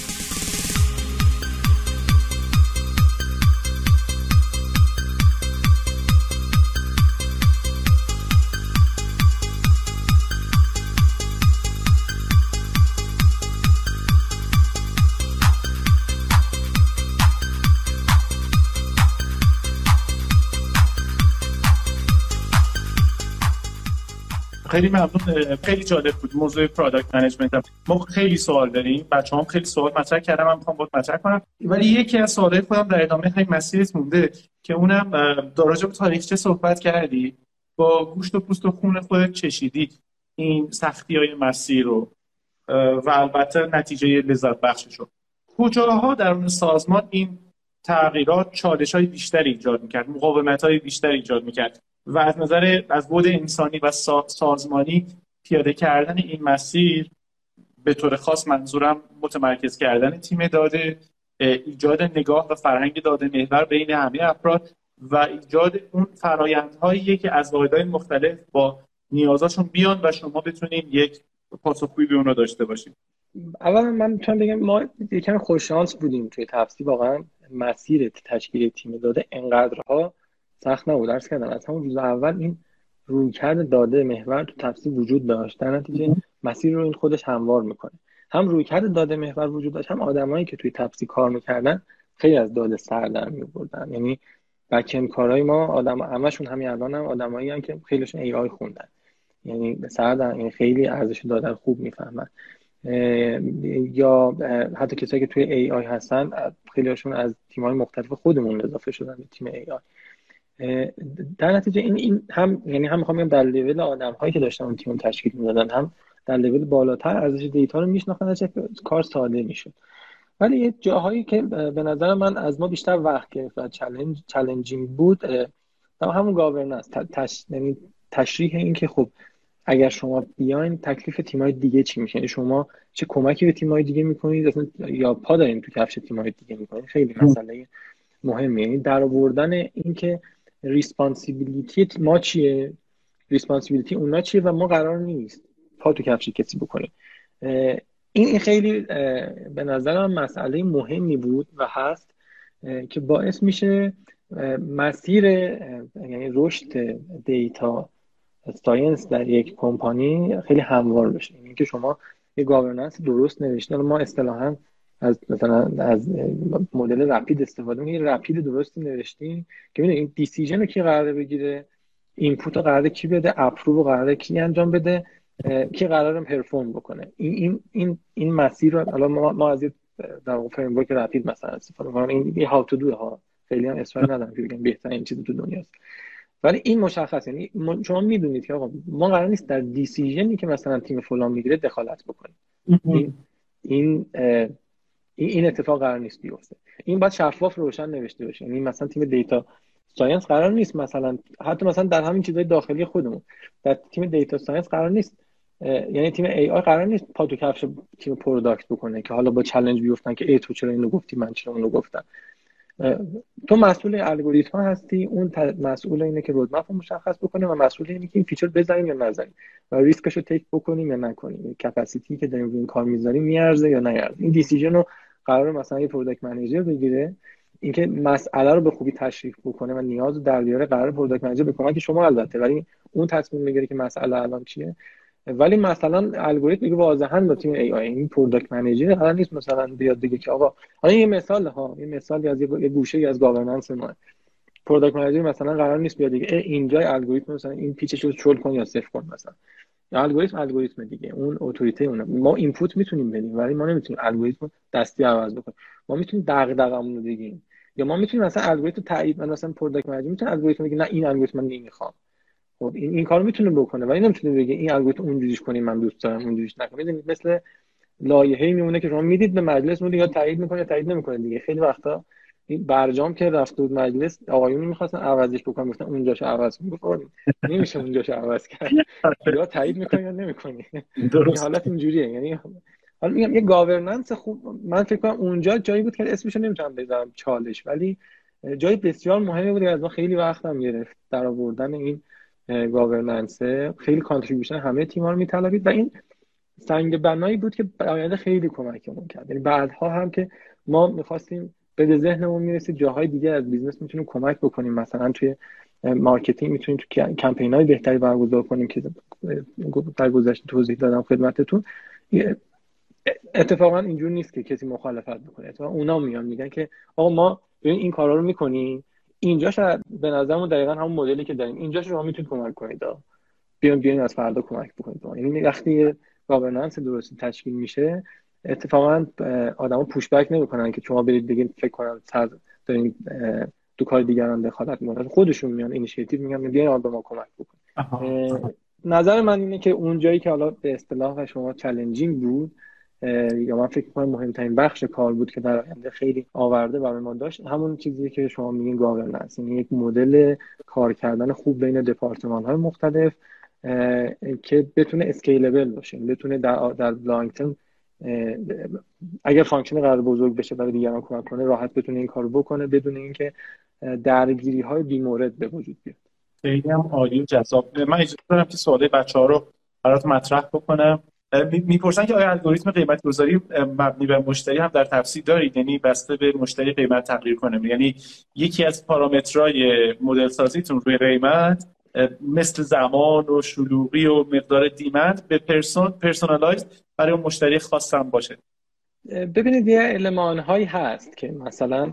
خیلی ممنون، خیلی جالب بود موضوع پروداکت منیجمنت. ما خیلی سوال داریم، بچه‌ها هم خیلی سوال مطرح کردم، من می‌خوام باهات مطرح کنم، ولی یکی از سوالای خودم در ادامه همین مسیرت مونده که اونم در راجع به تاریخچه صحبت کردی، با گوشت و پوست و خون خودت چشیدی این سختی‌های مسیر رو و البته نتیجه لذت بخشش رو. کجاها در اون سازمان این تغییرات چالش‌های بیشتری ایجاد می‌کرد، مقاومت‌های بیشتری ایجاد می‌کرد و از بعد انسانی و سازمانی پیاده کردن این مسیر، به طور خاص منظورم متمرکز کردن تیم داده، ایجاد نگاه و فرهنگ داده محور بین همه افراد و ایجاد اون فرآیندهایی که از واحدهای مختلف با نیازاشون بیان و شما بتونین یک پاسخگویی به اون رو داشته باشین. اول من میتونم بگم ما یکم خوششانس بودیم توی تفسیر، واقعا مسیر تشکیل تیم داده انقدرها سخت نبود. درس کردم از همون روز اول این رویکرد داده محور تو تفسیر وجود داشت، در نتیجه مسیر رو این خودش هموار میکنه. هم رویکرد داده محور وجود داشت، هم آدمایی که توی تفسیر کار میکردن خیلی از داده سر در میبردن. یعنی بک‌اند کارهای ما آدم همشون همین الان هم آدمایی ان که خیلیشون AI خوندن، یعنی سر در یعنی خیلی ارزش داده رو خوب میفهمن. یا حتی کسایی که توی AI هستن خیلیشون از تیم‌های مختلف خودمون اضافه شدن به تیم AI. در نتیجه این هم یعنی هم میخوام بگم در لول آدم‌هایی که داشتن اون تیم تشکیل میدادن، هم در لول بالاتر ارزش دیتا رو میشناختن، چه کار ساده میشد. ولی یه جاهایی که به نظر من از ما بیشتر وقت گرفت و چالنجینگ بود، همون گاورننس، یعنی تشریح این که خب اگر شما بیاین تکلیف تیم‌های دیگه چی میشه، یعنی شما چه کمکی به تیم‌های دیگه میکنید اصلا، یا پا دارین تو کفش تیم‌های دیگه میکنید. خیلی مسئله مهمه، یعنی در آوردن این که ریسپانسیبیلیتی ما چیه، ریسپانسیبیلیتی اونا چیه و ما قرار نیست پا تو کفش کسی بکنیم. این خیلی به نظرم مسئله مهمی بود و هست که باعث میشه مسیر یعنی رشد دیتا ساینس در یک کمپانی خیلی هموار بشه. یعنی که شما یه گاورننس درست نوشتین، ما اصطلاحاً از مثلا از مدل رپید استفاده می‌کنیم، رپید درستی نوشتین که ببینید این دیسیژن رو کی قراره بگیره، اینپوت رو قراره کی بده، اپروو رو قراره کی انجام بده، کی قراره پرفورم بکنه. این مسیر رو الان ما از در واقع فریم ورک رپید مثلا استفاده می‌کنیم. این هاو تو دو ها، خیلی هم اسپای ندارم که بگم بهترین چیز تو دنیاست، ولی این مشخصه. یعنی شما میدونید که آقا ما قرار نیست در دیسیژنی که مثلا تیم فلان میگیره دخالت بکنیم. این این اتفاق قرار نیست بیفته. این باید شفاف روشن نوشته باشه. یعنی مثلا تیم دیتا ساینس قرار نیست مثلا حتی مثلا در همین چیزای داخلی خودمون در تیم دیتا ساینس قرار نیست، یعنی تیم ای آی قرار نیست پا تو کفش تیم پروداکت بکنه که حالا با چالش بیفتن که ای تو چرا اینو گفتی، من چرا اونو گفتم. تو مسئول الگوریتم هستی، اون مسئول اینه که رودمپ رو مشخص بکنه و مسئول اینه که این فیچر بزنیم یا نزنیم و ریسکش رو تیک بکنیم یا نکنیم، کپاسیتی که داریم روی این کار میذاریم میارزه یا نیارزه. این دیسیژن رو قراره مثلا یه پروداکت منیجر بگیره، اینکه مسئله رو به خوبی تشریح بکنه و نیاز در بیاره، قراره پروداکت منیجر به کمک شما البته، ولی اون تصمیم میگیره که مسئله الان چیه. ولی مثلا الگوریتم میگه واضحا با تیم ای آی این پروداکت منیجر قرار نیست مثلا بیاد بگه که آقا حالا یه مثالی از یه گوشه از گاورننس ما، پروداکت منیجر مثلا قرار نیست بیاد بگه اینجا الگوریتم مثلا این پیچش رو چول کن یا صفر کن. مثلا الگوریتم دیگه اون اتوریته اونه. ما اینپوت میتونیم بدیم ولی ما نمیتونیم الگوریتم دستی عوض بکنیم. ما میتونیم دغدغه‌مون رو بگیم یا ما میتونیم مثلا الگوریتم تایید، مثلا پروداکت منیجر میتونه الگوریتم بگه نه این الگوریتم من نمیخوام. خب این کارو میتونه بکنه ولی نمیتونه بگه این الگوریتم اونجوریش کنیم من دوست دارم اونجوریش نکنید. مثل لایحه‌ای میمونه که شما میدید به مجلس، اون دیگه تایید میکنه یا تایید نمیکنه دیگه. خیلی وقتا این برجام که رفت بود مجلس آقایون میخواستن عوضش بکنن، گفتن اونجاشو عوض می‌کنیم، نمیشه اونجاشو عوض کرد، یا تایید میکنی یا نمیکنی. این حالت اینجوریه. یعنی حالا میگم یه گاورننس خوب، من فکر کنم اونجا جایی بود که اسمش نمیتونم بذارم چالش، ولی جای بسیار مهمی بود. از ما خیلی وقت هم گرفت در آوردن این گاورننس، خیلی کانتریبیوشن همه تیم‌ها رو میطلبید و این سنگ بنایی بود که به آینده خیلی کمکمون کرد. یعنی بعدها هم که ما می‌خواستیم به ذهنمون میرسید جاهای دیگه از بیزنس میتونیم کمک بکنیم، مثلا توی مارکتینگ میتونیم تو کمپین‌های بهتری برگزار کنیم که در گذشته توضیح دادم خدمتتون. اتفاقا اینجور نیست که کسی مخالفت بکنه، اتفاقا اونا میان میگن که آقا ما این کارا رو میکنیم، اینجا شاید به نظرمون دقیقاً همون مدلی که داریم، اینجا شما میتونید کمک کنید، بیاین از فردا کمک بکنید. یعنی وقتی گاورننس درستی تشکیل میشه اتفاقا آدما پوش بک نمیکنن که شما برید بگید فکر کنم دارین تو کار دیگران دخالت میکنن، خودشون میان اینیشیتیو میگن بیاین به ما کمک بکنید. نظر من اینه که اون جایی که حالا به اصطلاح شما چالنجینگ بود یا من فکر می‌کنم مهمترین بخش کار بود که در آینده خیلی آورده برای ما داشت، همون چیزی که شما میگین گاورننس، یعنی یک مدل کار کردن خوب بین دپارتمان‌های مختلف که بتونه اسکیلبل باشه، بتونه در لانگ ترم اگر فانکشن قرار بزرگ بشه برای دیگران کمک کنه، راحت بتونه این کارو بکنه بدون اینکه درگیری‌های بی‌مورد به وجود بیاد. خیلی هم عالی و جذاب. من اجازه دارم که سوال بچه‌ها رو برات مطرح بکنم. میپرسن که آیا الگوریتم قیمت گذاری مبنی بر مشتری هم در تفسیر دارید؟ یعنی بسته به مشتری قیمت تغییر کنه؟ یعنی یکی از پارامترهای مدل سازیتون روی قیمت مثل زمان و شلوغی و مقدار دیمند به پرسونالایز برای اون مشتری خاص هم باشه؟ ببینید یه المان‌هایی هست که مثلا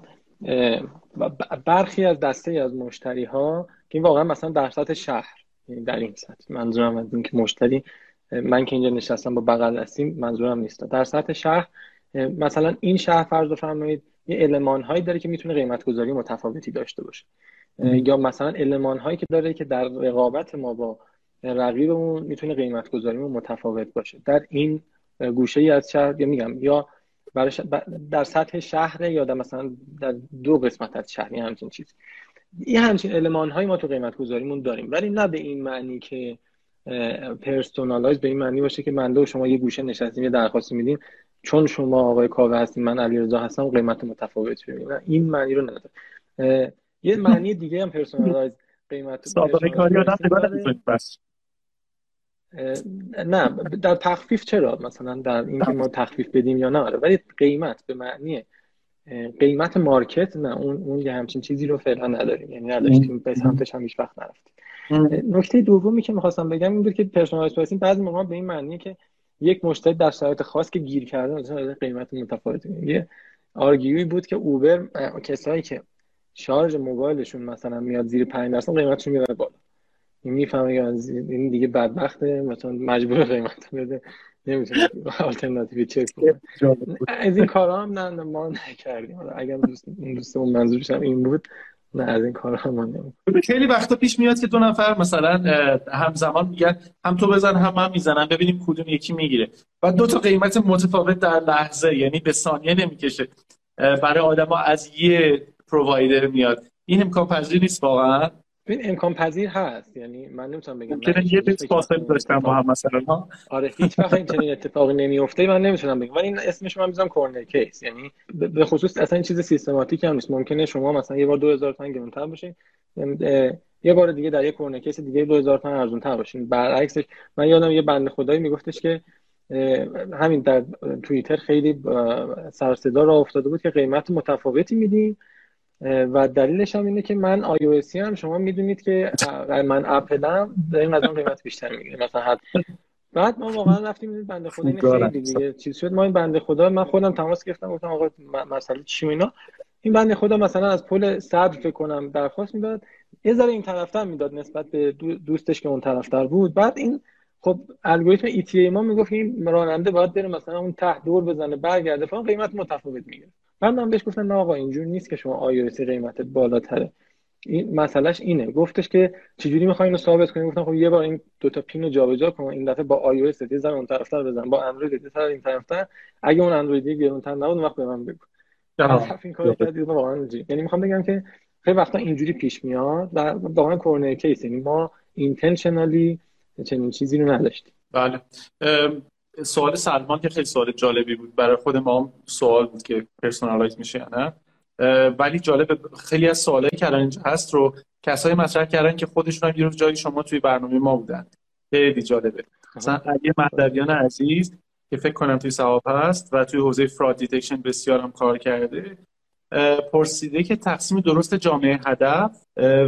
برخی از دسته از مشتری ها که واقعا مثلا در سطح شهر، در این سطح منظورم از این که مشتری من که اینجا نشستم با بغل دستیم منظورم نیست، در سطح شهر مثلا این شهر فرض بفرمایید یه المان‌هایی داره که میتونه قیمت گذاری متفاوتی داشته باشه، یا مثلا المان‌هایی که داره که در رقابت ما با رقیبمون میتونه قیمت گذاریمون متفاوت باشه در این گوشه‌ای از شهر، یا میگم یا در سطح شهر یا در مثلا در دو قسمت از شهر، همچین چیز. این همچین المان‌هایی ما تو قیمت گذاریمون داریم، ولی نه به این معنی که پرسونالایز، به این معنی باشه که من و شما یه گوشه نشستیم یه درخواستی میدیم چون شما آقای کاوه هستین من علیرضا هستم قیمت متفاوتی بدیم. این معنی رو نداره. یه معنی دیگه هم پرسونالایز قیمت سابقه کاری آدم نگاه نمی‌کنید بس. نه در تخفیف چرا، مثلا در اینکه ما تخفیف بدیم یا نه، ولی قیمت به معنی قیمت مارکت نه، اون یه همچین چیزی رو فعلا نداریم، یعنی نداشتیم، به سمتش هم هیچ وقت نرفتیم. نکته دومی که می‌خواستم بگم این بود که پرسونالایز پرایسینگ بعضی موقع به این معنیه که یک مشتری در شرایط خاص که گیر کرده مثلا قیمت متفاوتی میگه. یه آرگیوی بود که اوبر کسایی که شارژ موبایلشون مثلا میاد زیر 5% قیمتشون میبره بالا، این میفهمه که این دیگه بدبخته، مثلا مجبور قیمت بده، نمیتونه آلترناتیوی چک کنه. از این کارا هم نه ما نکردیم. اگر دوستمون منظورش هم این بود، نه از این کارا هم نمی‌کنیم. خیلی وقتا پیش میاد که دو نفر مثلا همزمان میگن هم تو بزن هم من میزنم ببینیم کدوم یکی میگیره و دو تا قیمت متفاوت در لحظه، یعنی به ثانیه نمیکشه، برای آدما از یه پرووایدر میاد. این امکان پذیر نیست واقعا؟ این امکان پذیر هست، یعنی من نمیتونم بگم یه بیت فاصله داشتم با هم مثلا. آره هیچ وقت این چنین اتفاقی نمیفته، من نمیتونم بگم، ولی این اسمش من میذارم کورنر کیس، یعنی به خصوص اصلا این چیز سیستماتیک هم نیست. ممکنه شما مثلا یه بار 2000 تومان گرونتر باشین، یه بار دیگه در یه کورنر کیس دیگه 2000 تومان ارزونتر باشین. برعکسش من یادم یه بنده خدایی میگفتش که همین در توییتر خیلی سر صدا راه افتاده بود که قیمت متفاوتی میدیم و دلیلش هم اینه که من iOS هم شما میدونید که من اپلم داریم از اون قیمت بیشتر میگیریم مثلا. بعد ما واقعا رفتیم بنده خدا این خیلی دیگه چیز شد، ما این بنده خدا من خودم تماس گرفتم گفتم آقا مسئله چی و اینا. این بنده خدا مثلا از پل صدر فکر کنم درخواست میداد، یه ذره این طرفتر میداد نسبت به دوستش که اون طرفتر بود. بعد این خب الگوریتم ETA ما میگفت این راننده باید بره مثلا اون ته دور بزنه برگرده فلان، قیمت متفاوت میگیره. من بهش گفتم نه آقا اینجوری نیست که شما iOS قیمتت بالاتره، این مسئلهش اینه. گفتش که چجوری می‌خوای اینو ثابت کنی؟ گفتم خب یه بار این دو تا پین رو جابجا کن، این دفعه با iOS بزن اون طرفتر بزن، با اندروید بزن این طرفتر، اگه اون اندرویدی گرونتر نبود اون وقت به من بگو. این کارو کرد واقعا اینجوری. یعنی می‌خوام بگم که خیلی وقتا اینجوری پیش میاد و واقعا کورنر کیس، یعنی ما اینتنشنالی چنین چیزی رو نداشتیم. بله. سوال سلمان که خیلی سوال جالبی بود برای خود ما، هم سوال بود که پرسونالایز میشه یا نه، ولی جالب خیلی از سوالایی که الان اینجا هست رو کسایی مطرح کردن که خودشون هم یه روز جای شما توی برنامه ما بودن. خیلی جالبه. مثلا علی مهدویان عزیز که فکر کنم توی ثواب هست و توی حوزه فراد دیتکشن بسیار هم کار کرده، پرسیده که تقسیم درست جامعه هدف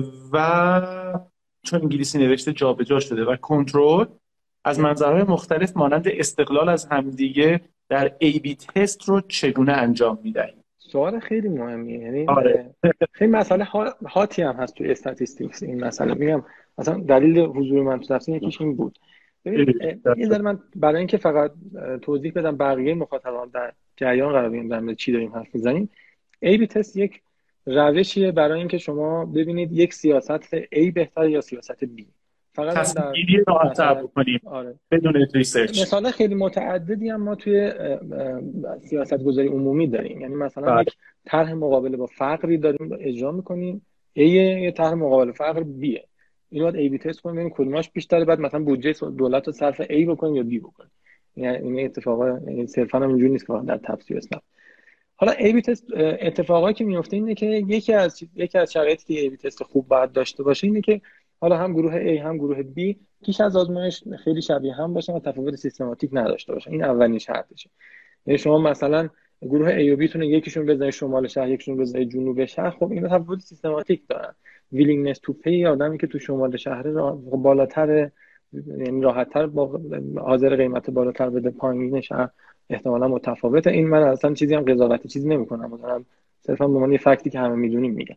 و چون انگلیسی نوشته جابجا شده و کنترل از منظرهای مختلف مانند استقلال از همدیگه در A/B تست رو چگونه انجام میدهید؟ سوال خیلی مهمیه، یعنی آره. خیلی مسئله هاتی هم هست توی استاتیستیکس این مسئله. میگم مثلا دلیل حضور من تو درس یکیش این بود. ببین یه ذره من برای اینکه فقط توضیح بدم بقیه مخاطبان در جریان قرار بگیرن در مورد چی داریم حرف میزنیم. A/B تست یک روشیه برای اینکه شما ببینید یک سیاست A بهتره یا سیاست B. فقط تصمیم‌گیری راحت‌تر بکنیم بدون ریسرچ. مثلا خیلی متعددی هم ما توی سیاست‌گذاری عمومی داریم، یعنی مثلا یک طرح مقابله با فقری داریم اجرا می‌کنیم، یه طرح مقابله فقر B، اینو باید A/B تست کنیم ببینیم کدومش بیشتره، بعد مثلا بودجه دولت رو صرف A بکنیم یا B بکنیم. یعنی این اتفاقا صرفا هم اینجوری نیست که در تفسیر اسلام. حالا A/B تست اتفاقایی که میفته اینه که یکی از شرایطی که A/B تست خوب باید داشته باشه اینه که حالا هم گروه A هم گروه B پیش از آزمایش خیلی شبیه هم باشن و تفاوت سیستماتیک نداشته باشن. این اولین شرطشه. یعنی شما مثلا گروه A و B تونه یکیشون بزنه شمال شهر یکیشون بزنه جنوب شهر، خب اینا تفاوت سیستماتیک دارن. ویلینگنس تو پی آدمی که تو شمال شهر بالاتر، یعنی راحت‌تر حاضر قیمت بالاتر بده، پایین شهر احتمالاً متفاوته. این من اصلا چیزی هم قضاوتی چیزی نمی‌کنم، مثلا صرفا به عنوان یه فکتی که همه می‌دونیم میگم.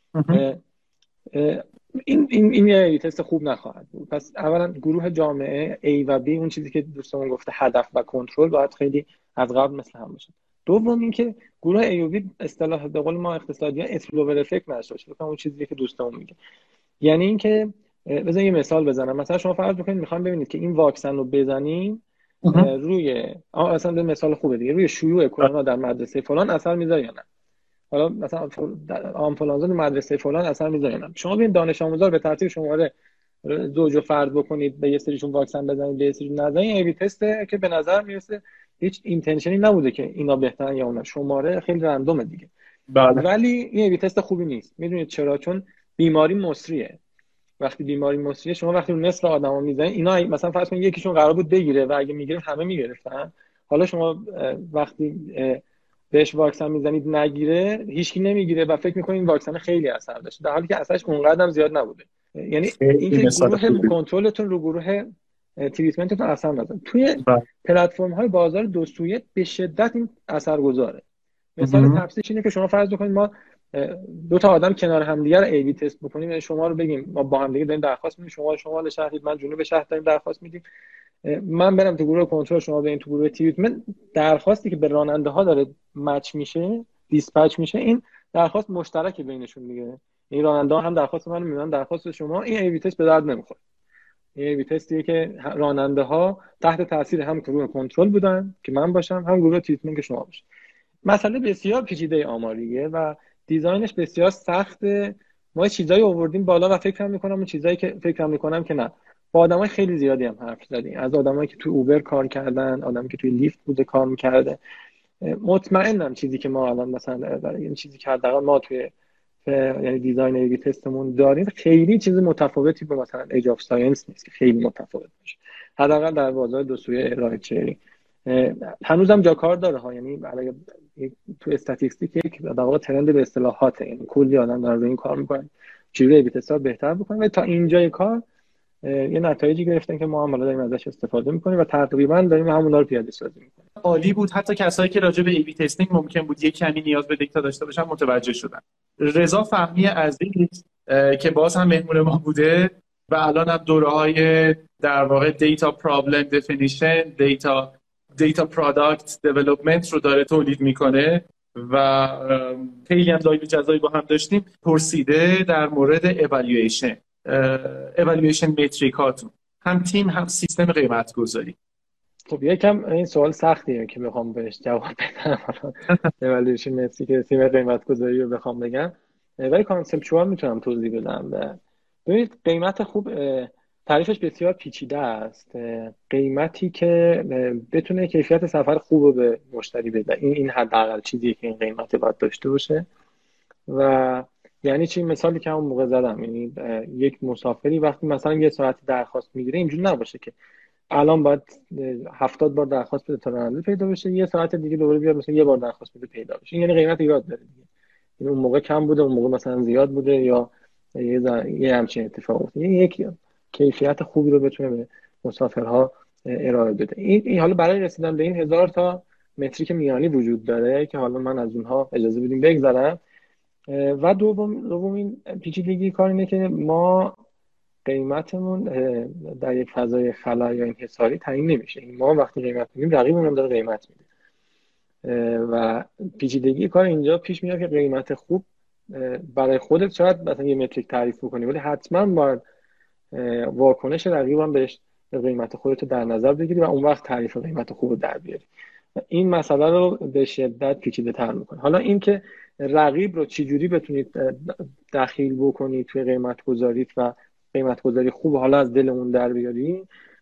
این یه تست خوب نخواهد بود. پس اولا گروه جامعه A و B، اون چیزی که دوستمون گفته هدف و کنترل، باید خیلی از قبل مثل هم باشه. دوم اینکه گروه A و B اصطلاح به قول ما اقتصادی‌ها اسپلوور افکت نداشته باشه. اون چیزی که دوستمون میگه، یعنی اینکه بذار یه مثال بزنم. مثلا شما فرض بکنید میخوایم ببینید که این واکسن رو بزنیم روی مثلا به مثال خوبه دیگه، روی شیوع کرونا در مدرسه فلان اثر میذاره یا نه. حالا مثلا آنفولانزا در مدرسه فلان اثر میذاره یا نه. شما ببین دانش آموزا به ترتیب شماره زوج و فرد بکنید، به یه سریشون واکسن بزنید، به یه سری نزنید. A/B تسته که به نظر میرسه هیچ اینتنشنی نبوده که اینا بهترن یا اونا، شماره خیلی رندومه دیگه. ولی این A/B تست خوبی نیست. میدونید چرا؟ چون بیماری مصریه. وقتی بیماری مصریه، شما وقتی رو نصف آدما میزنید، اینا مثلا فرض کنید یکیشون قرار بود بگیره و اگه میگرفت همه میگرفتن، حالا شما وقتی بهش واکسن میزنید نگیره، هیچکی نمیگیره و فکر میکنید این واکسن خیلی اثر داشته، در حالی که اثرش اونقدر هم زیاد نبوده. یعنی اینکه گروه کنترلتون رو گروه تریتمنتتون اثر نذاره. توی پلتفرم های بازار دو سویه به شدت این اثرگذاره. مثال تفسیرش اینه که شما فرض بکنید ما دو تا آدم کنار همدیگه رو ای بی تست بکنیم، یعنی شما رو بگیم ما با هم دیگه داریم درخواست میدیم، شما شمال شهرید، من جنوب شهر داریم درخواست میدیم، من برم تو گروه کنترل، شما برید تو گروه تریتمنت، درخواستی که به راننده ها داره مچ میشه، دیسپچ میشه، این درخواست مشترک بینشون دیگه. این راننده ها هم درخواست منو میدن، درخواست شما، این ای بی تست به درد نمیخوره. این ای بی تستیه که راننده ها تحت تاثیر هم گروه کنترل بودن که من باشم، هم گروه تریتمنت که شما باشید. مسئله بسیار پیچیده آماریه و دیزاینش بسیار سخته. ما چیزایی آوردیم بالا و فکر می‌کنم اون چیزایی که فکر می‌کنم که نه، با آدمای خیلی زیادی هم حرف زدیم، از آدمایی که تو اوبر کار کردن، آدمی که توی لیفت بوده کار می‌کرده. مطمئنم چیزی که ما الان مثلا این چیزی که حداقل ما توی یعنی دیزاین ای بی تستمون داریم خیلی چیز متفاوتی با مثلا ایج اف ساینس نیست که خیلی متفاوت باشه، حداقل در بازار دو سویه رایت شیرینگ هنوزم جا کار داره ها. یعنی برای تو استاتستیک یک در واقع ترند به اصطلاحاته، یعنی کلی آدم دارن روی این کار میکنن چجوری ای بی تست بهتر بکنن و تا اینجای کار یه نتایجی گرفتن که ما هم داریم ازش استفاده میکنیم و تقریبا داریم همون رو پیاده سازی میکنیم. عالی بود. حتی کسایی که راجع به ای بی تستینگ ممکن بود یک کمی نیاز به دیتا داشته باشن متوجه شدن. رضا فهمی عزیز که باز هم مهمون ما بوده و الان هم دوره‌های در واقع دیتا پرابلم دفینیشن، دیتا پروداکت دیولپمنت رو داره تولید میکنه و خیلی هم لایو جزایی با هم داشتیم، پرسیده در مورد اوالیویشن متریکاتون، هم تیم هم سیستم قیمت گذاری. خب یکم این سوال سختیه که بخوام بهش جواب بدم اوالیویشن متریک تیم قیمت گذاری رو بخوام بگم، ولی کانسپچوال میتونم توضیح بدم. ببینید قیمت خوب تعریفش بسیار پیچیده است. قیمتی که بتونه کیفیت سفر خوب رو به مشتری بده، این حداقل چیزیه که این قیمت باید داشته باشه. و یعنی چی؟ مثالی که همون موقع زدم، یعنی یک مسافری وقتی مثلا یه ساعتی درخواست میگیره اینجوری نباشه که الان باید 70 بار درخواست بده تا راننده پیدا بشه، یه ساعت دیگه دوباره بیاد مثلا یه بار درخواست بده پیدا بشه. یعنی قیمت ایراد داره دیگه. این اون موقع کم بوده، اون موقع مثلا زیاد بوده، یا یه همچین اتفاق افتاده. یک کیفیت خوبی رو بتونه به مسافرها ارائه بده. این حالا برای رسیدن به این 1000 تا متریک میانی وجود داره که حالا من از اونها اجازه بدیم بگذرم. و دومین پیچیدگی کار اینه که ما قیمتمون در یک فضای خلا یا انحصاری تعیین نمیشه. ما وقتی قیمت میدیم رقیبمون هم داره قیمت میده و پیچیدگی کار اینجا پیش میاد که قیمت خوب برای خودت شاید مثلا یه متریک تعریف بکنی، ولی حتما باید واکنش رقیب هم بهش قیمت خودت رو در نظر بگیری و اون وقت تعریف قیمت خوب رو در بیاری. این مسئله رو به شدت پیچیده تر میکنه. حالا این که رقیب رو چجوری بتونید دخیل بکنید توی قیمت گذاریت و قیمت گذاری خوب حالا از دل اون در بیاری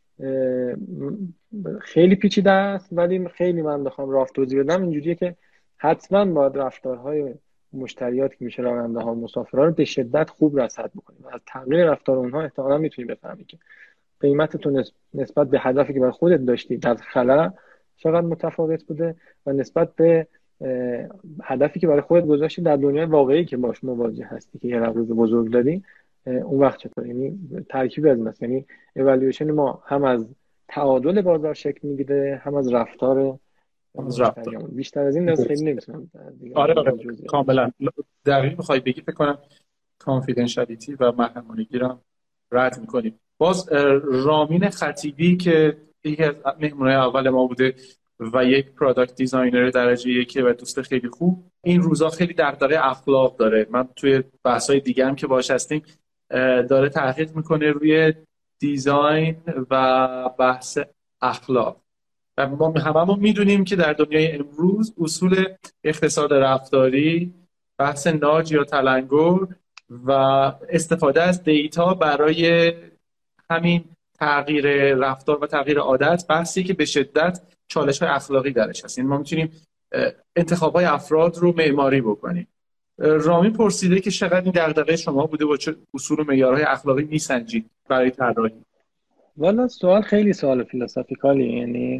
خیلی پیچیده است، ولی خیلی من بخوام راه توضیح بدم اینجوریه که حتما باید رفتارهای مشتریات که میشه راننده ها مسافرها رو به شدت خوب رصد بکنید و از تغییر رفتار اونها احتمالاً میتونید بفهمید که قیمتتون نسبت به هدفی که برای خودت داشتی در خلا چقدر متفاوت بوده و نسبت به هدفی که برای خودت گذاشتی در دنیای واقعی که باش مواجه هستی که یه رقیب بزرگ داری اون وقت چطور. یعنی ترکیب از است، یعنی اوالیویشن ما هم از تعادل بازار شکل میگیره هم از رفتار مشتریامون. بیشتر از این خیلی نمیتونم. آره کاملا دقیق بخوای بگی فکر کنم کانفیدنشالیتی و محرمانگی رو رد می‌کنیم. باز رامین خطیبی که یکی از مهمونای اول ما بوده و یک پروداکت دیزاینر درجه 1 و دوست خیلی خوب، این روزا خیلی دغدغه اخلاق داره. من توی بحث‌های دیگه هم که باهاش هستیم داره تحقیق میکنه روی دیزاین و بحث اخلاق. و ما هممون میدونیم که در دنیای امروز اصول اقتصاد رفتاری، بحث ناج یا تلنگر و استفاده از دیتا برای همین تغییر رفتار و تغییر عادت بحثی که به شدت چالش‌های اخلاقی درش هست. یعنی ما میتونیم انتخاب‌های افراد رو معماری بکنیم. رامی پرسیده که چقدر این دغدغه شما بوده با چه اصول و معیارهای اخلاقی میسنجید برای طراحی؟ والا سوال خیلی سوال فیلسوفیکالی، یعنی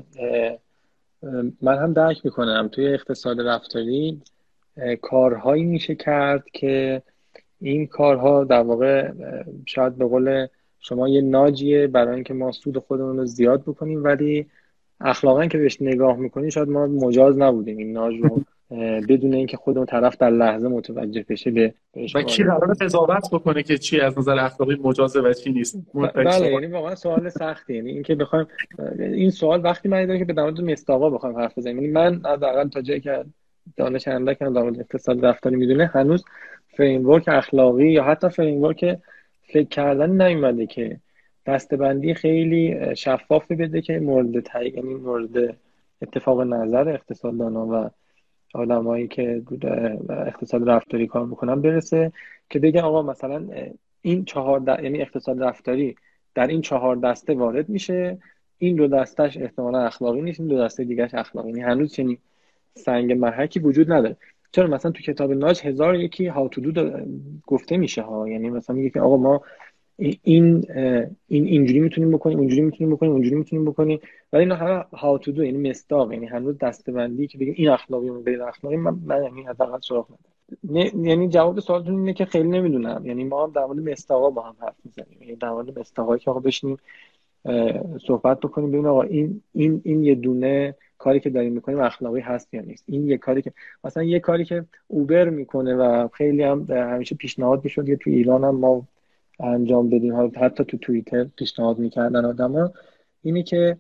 من هم درک میکنم توی اقتصاد رفتاری کارهایی میشه کرد که این کارها در واقع شاید به قول شما یه ناجیه برای اینکه ما سود خودمون رو زیاد بکنیم، ولی اخلاقا که بهش نگاه میکنیم شاید ما مجاز نبودیم این ناج رو بدون اینکه خودمون طرف در لحظه متوجه بشه و کی قراره قضاوت بکنه که چی از نظر اخلاقی مجازه و چی نیست. بله، یعنی واقعا سوال سختیه. یعنی اینکه بخوایم این سوال وقتی من داره که به مورد مصداقا بخوایم حرف بزنیم، یعنی من حداقل تا جایی که دانش اندکم در مورد اقتصاد رفتاری میدونه هنوز فریم ورک اخلاقی یا حتی فریم ورک فکر کردن نیومده که دسته‌بندی خیلی شفافی بده که مورد اتفاق نظر اقتصاددانا و آدمایی که اقتصاد رفتاری کار میکنن برسه که بگن آقا مثلا این یعنی اقتصاد رفتاری در این 4 دسته وارد میشه، این 2 دستهش احتمالاً اخلاقی نیست، این 2 دسته دیگه‌اش اخلاقی. یعنی هنوز چنین سنگ محکی وجود نداره. چرا مثلا تو کتاب ناج 1001 هاو تو دو گفته میشه ها، یعنی مثلا میگه که آقا ما این اینجوری میتونیم بکنیم، اونجوری میتونیم بکنیم، اونجوری میتونیم بکنیم، ولی اینا همه هاو تو دو، یعنی مصداق، یعنی هنوز دسته‌بندی که بگیم این اخلاقی اون غیر اخلاقی من یعنی حداقل سراغ ندارم. یعنی جواب سوالتون اینه که خیلی نمیدونم. یعنی ما هم در مورد مصداقا با هم حرف میزنیم، یعنی در مورد مصداقایی که آقا بشینیم صحبت بکنیم ببینیم آقا این یه دونه کاری که داریم میکنیم اخلاقی هست یا نیست. این یه کاری که مثلا یه کاری که اوبر میکنه و خیلی هم همیشه پیشنهاد میشد که تو ایران هم ما انجام بدیم، حتی تو توییتر پیشنهاد میکردن آدما، اینی که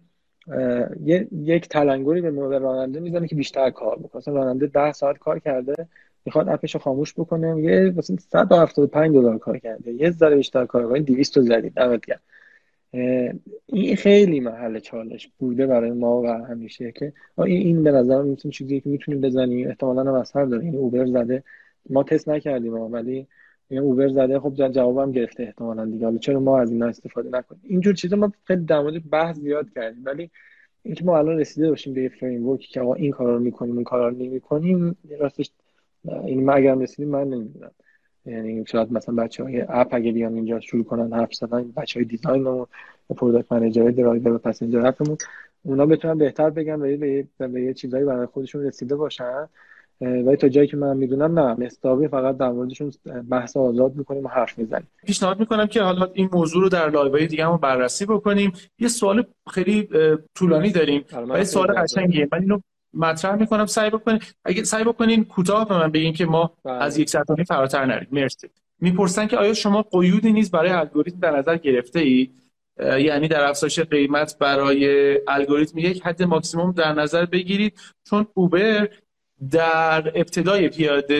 یک تلنگری به راننده میزنه که بیشتر کار بکنه. مثلا راننده 10 ساعت کار کرده، میخواد اپشو خاموش بکنه، یه مثلا $175 کار کرده، یه ذره بیشتر کار کنه 200 زدید دمت گرم. این خیلی محل چالش بوده برای ما و همیشه که این به نظر من میتونه چیزی که میتونیم بزنیم، احتمالاً هم اثر داره. این اوبر زده، ما تست نکردیم ولی این اوبر زده، خب جوابم گرفته احتمالاً دیگه. حالا چرا ما از اینا استفاده نکنیم؟ اینجور چیزا ما خیلی در مورد بحث زیاد کردیم، ولی اینکه ما الان رسیده باشیم به یه فریم ورکی که آقا این کارا رو میکنیم، این کارا رو نمیکنیم، راستش این ما اگر رسیدیم من نمیدونم. یعنی شاید مثلا بچه‌های اپ اگه بیان اینجا شروع کنن حرف زدن، بچه‌های دیزاین و پروداکت منیجرهای درایور و پسنجر اپمون، اونا بتونن بهتر بگن و به یه چیزایی برای خودشون رسیده باشن. ولی تا جایی که من میدونم نه، مستاقی فقط در موردشون بحث آزاد میکنیم و حرف میزنیم. پیشنهاد میکنم که حالا این موضوع رو در لایوهای دیگه هم بررسی بکنیم. یه سوال خیلی طولانی داریم و یه سوال قشنگیه، من اینو مطرح میکنم سعی بکنین کوتاه به من بگین که ما از 1 ساعت فراتر نریم. مرسی. میپرسن که آیا شما قیودی نیز برای الگوریتم در نظر گرفته اید؟ یعنی در افزایش قیمت برای الگوریتم یک حد ماکسیموم در نظر بگیرید، چون اوبر در ابتدای پیاده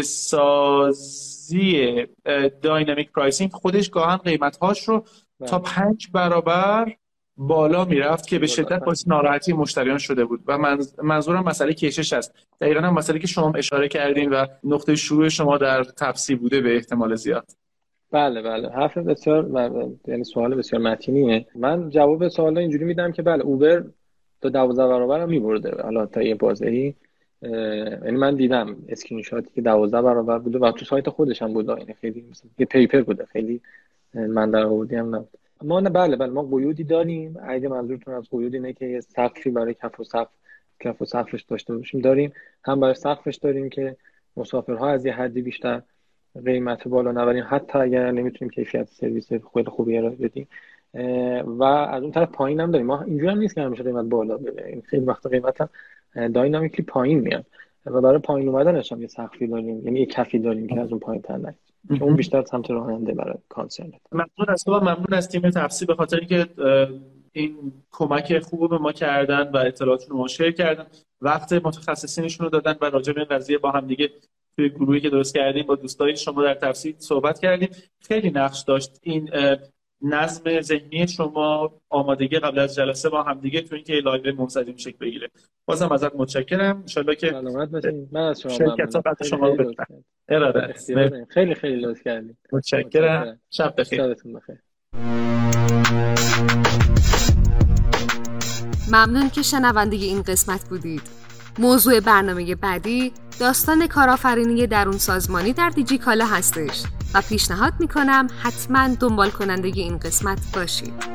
سازی داینامیک پرایسینگ خودش گاهن قیمت‌هاش رو تا 5 برابر بالا میرفت که به شدت باعث ناراحتی مشتریان شده بود و منظورم مسئله کشش است. دقیقاً هم مسئله که شما اشاره کردین و نقطه شروع شما در تفسیر بوده به احتمال زیاد. بله حرف بسیار، یعنی سوال بسیار متینیه. من جواب سوالا اینجوری میدم که بله اوبر تا 12 برابر هم میبرده حالا تا یه بازه‌ای. یعنی من دیدم اسکرین شاتی که 12 برابر بوده و تو سایت خودش هم بوده، یعنی خیلی مثلا یه پیپر بوده، خیلی من در آوردی هم نبود. ما نه بله ما قیودی داریم. اگه منظورتون از قیود اینه که یه سقفی برای کف و سقفش داشته باشیم، داریم. هم برای سقفش داریم که مسافرها از یه حدی بیشتر قیمت بالا نبریم، حتی اگر نمیتونیم کیفیت سرویس خیلی خوبی ارائه بدیم. و از اون طرف پایین هم داریم. ما اینجوری هم نیست که همیشه قیمت بالا بره، خیلی وقتا قیمت هم داینامیکلی پایین میاد و برای پایین اومدنش هم یه سقفی داریم، یعنی یه کفی داریم که از اون پایین‌تر نره، که اون بیشتر سمت راننده برای کانسرن. ممنون از تیم تفسیر به خاطر اینکه این کمک خوب به ما کردن و اطلاعاتشون رو ما شیر کردن، وقت متخصصینشون رو دادن و راجع به این قضیه با هم دیگه توی گروهی که درست کردیم با دوستای شما در تفسیر صحبت کردیم. خیلی نقش داشت این نظم ذهنی شما، آمادگی قبل از جلسه با هم دیگه تو اینکه لایو منسجم شکل بگیره. بازم ازت متشکرم. ان شاءالله که سلامت باشین. من از شما شرکت شما رو ارائه خیلی لطف کردید. متشکرم. شب بخیر. شبتون بخیر. ممنون که شنونده این قسمت بودید. موضوع برنامه بعدی داستان کارآفرینی درون سازمانی در دیجیکالا هستش و پیشنهاد میکنم حتما دنبال کننده این قسمت باشید.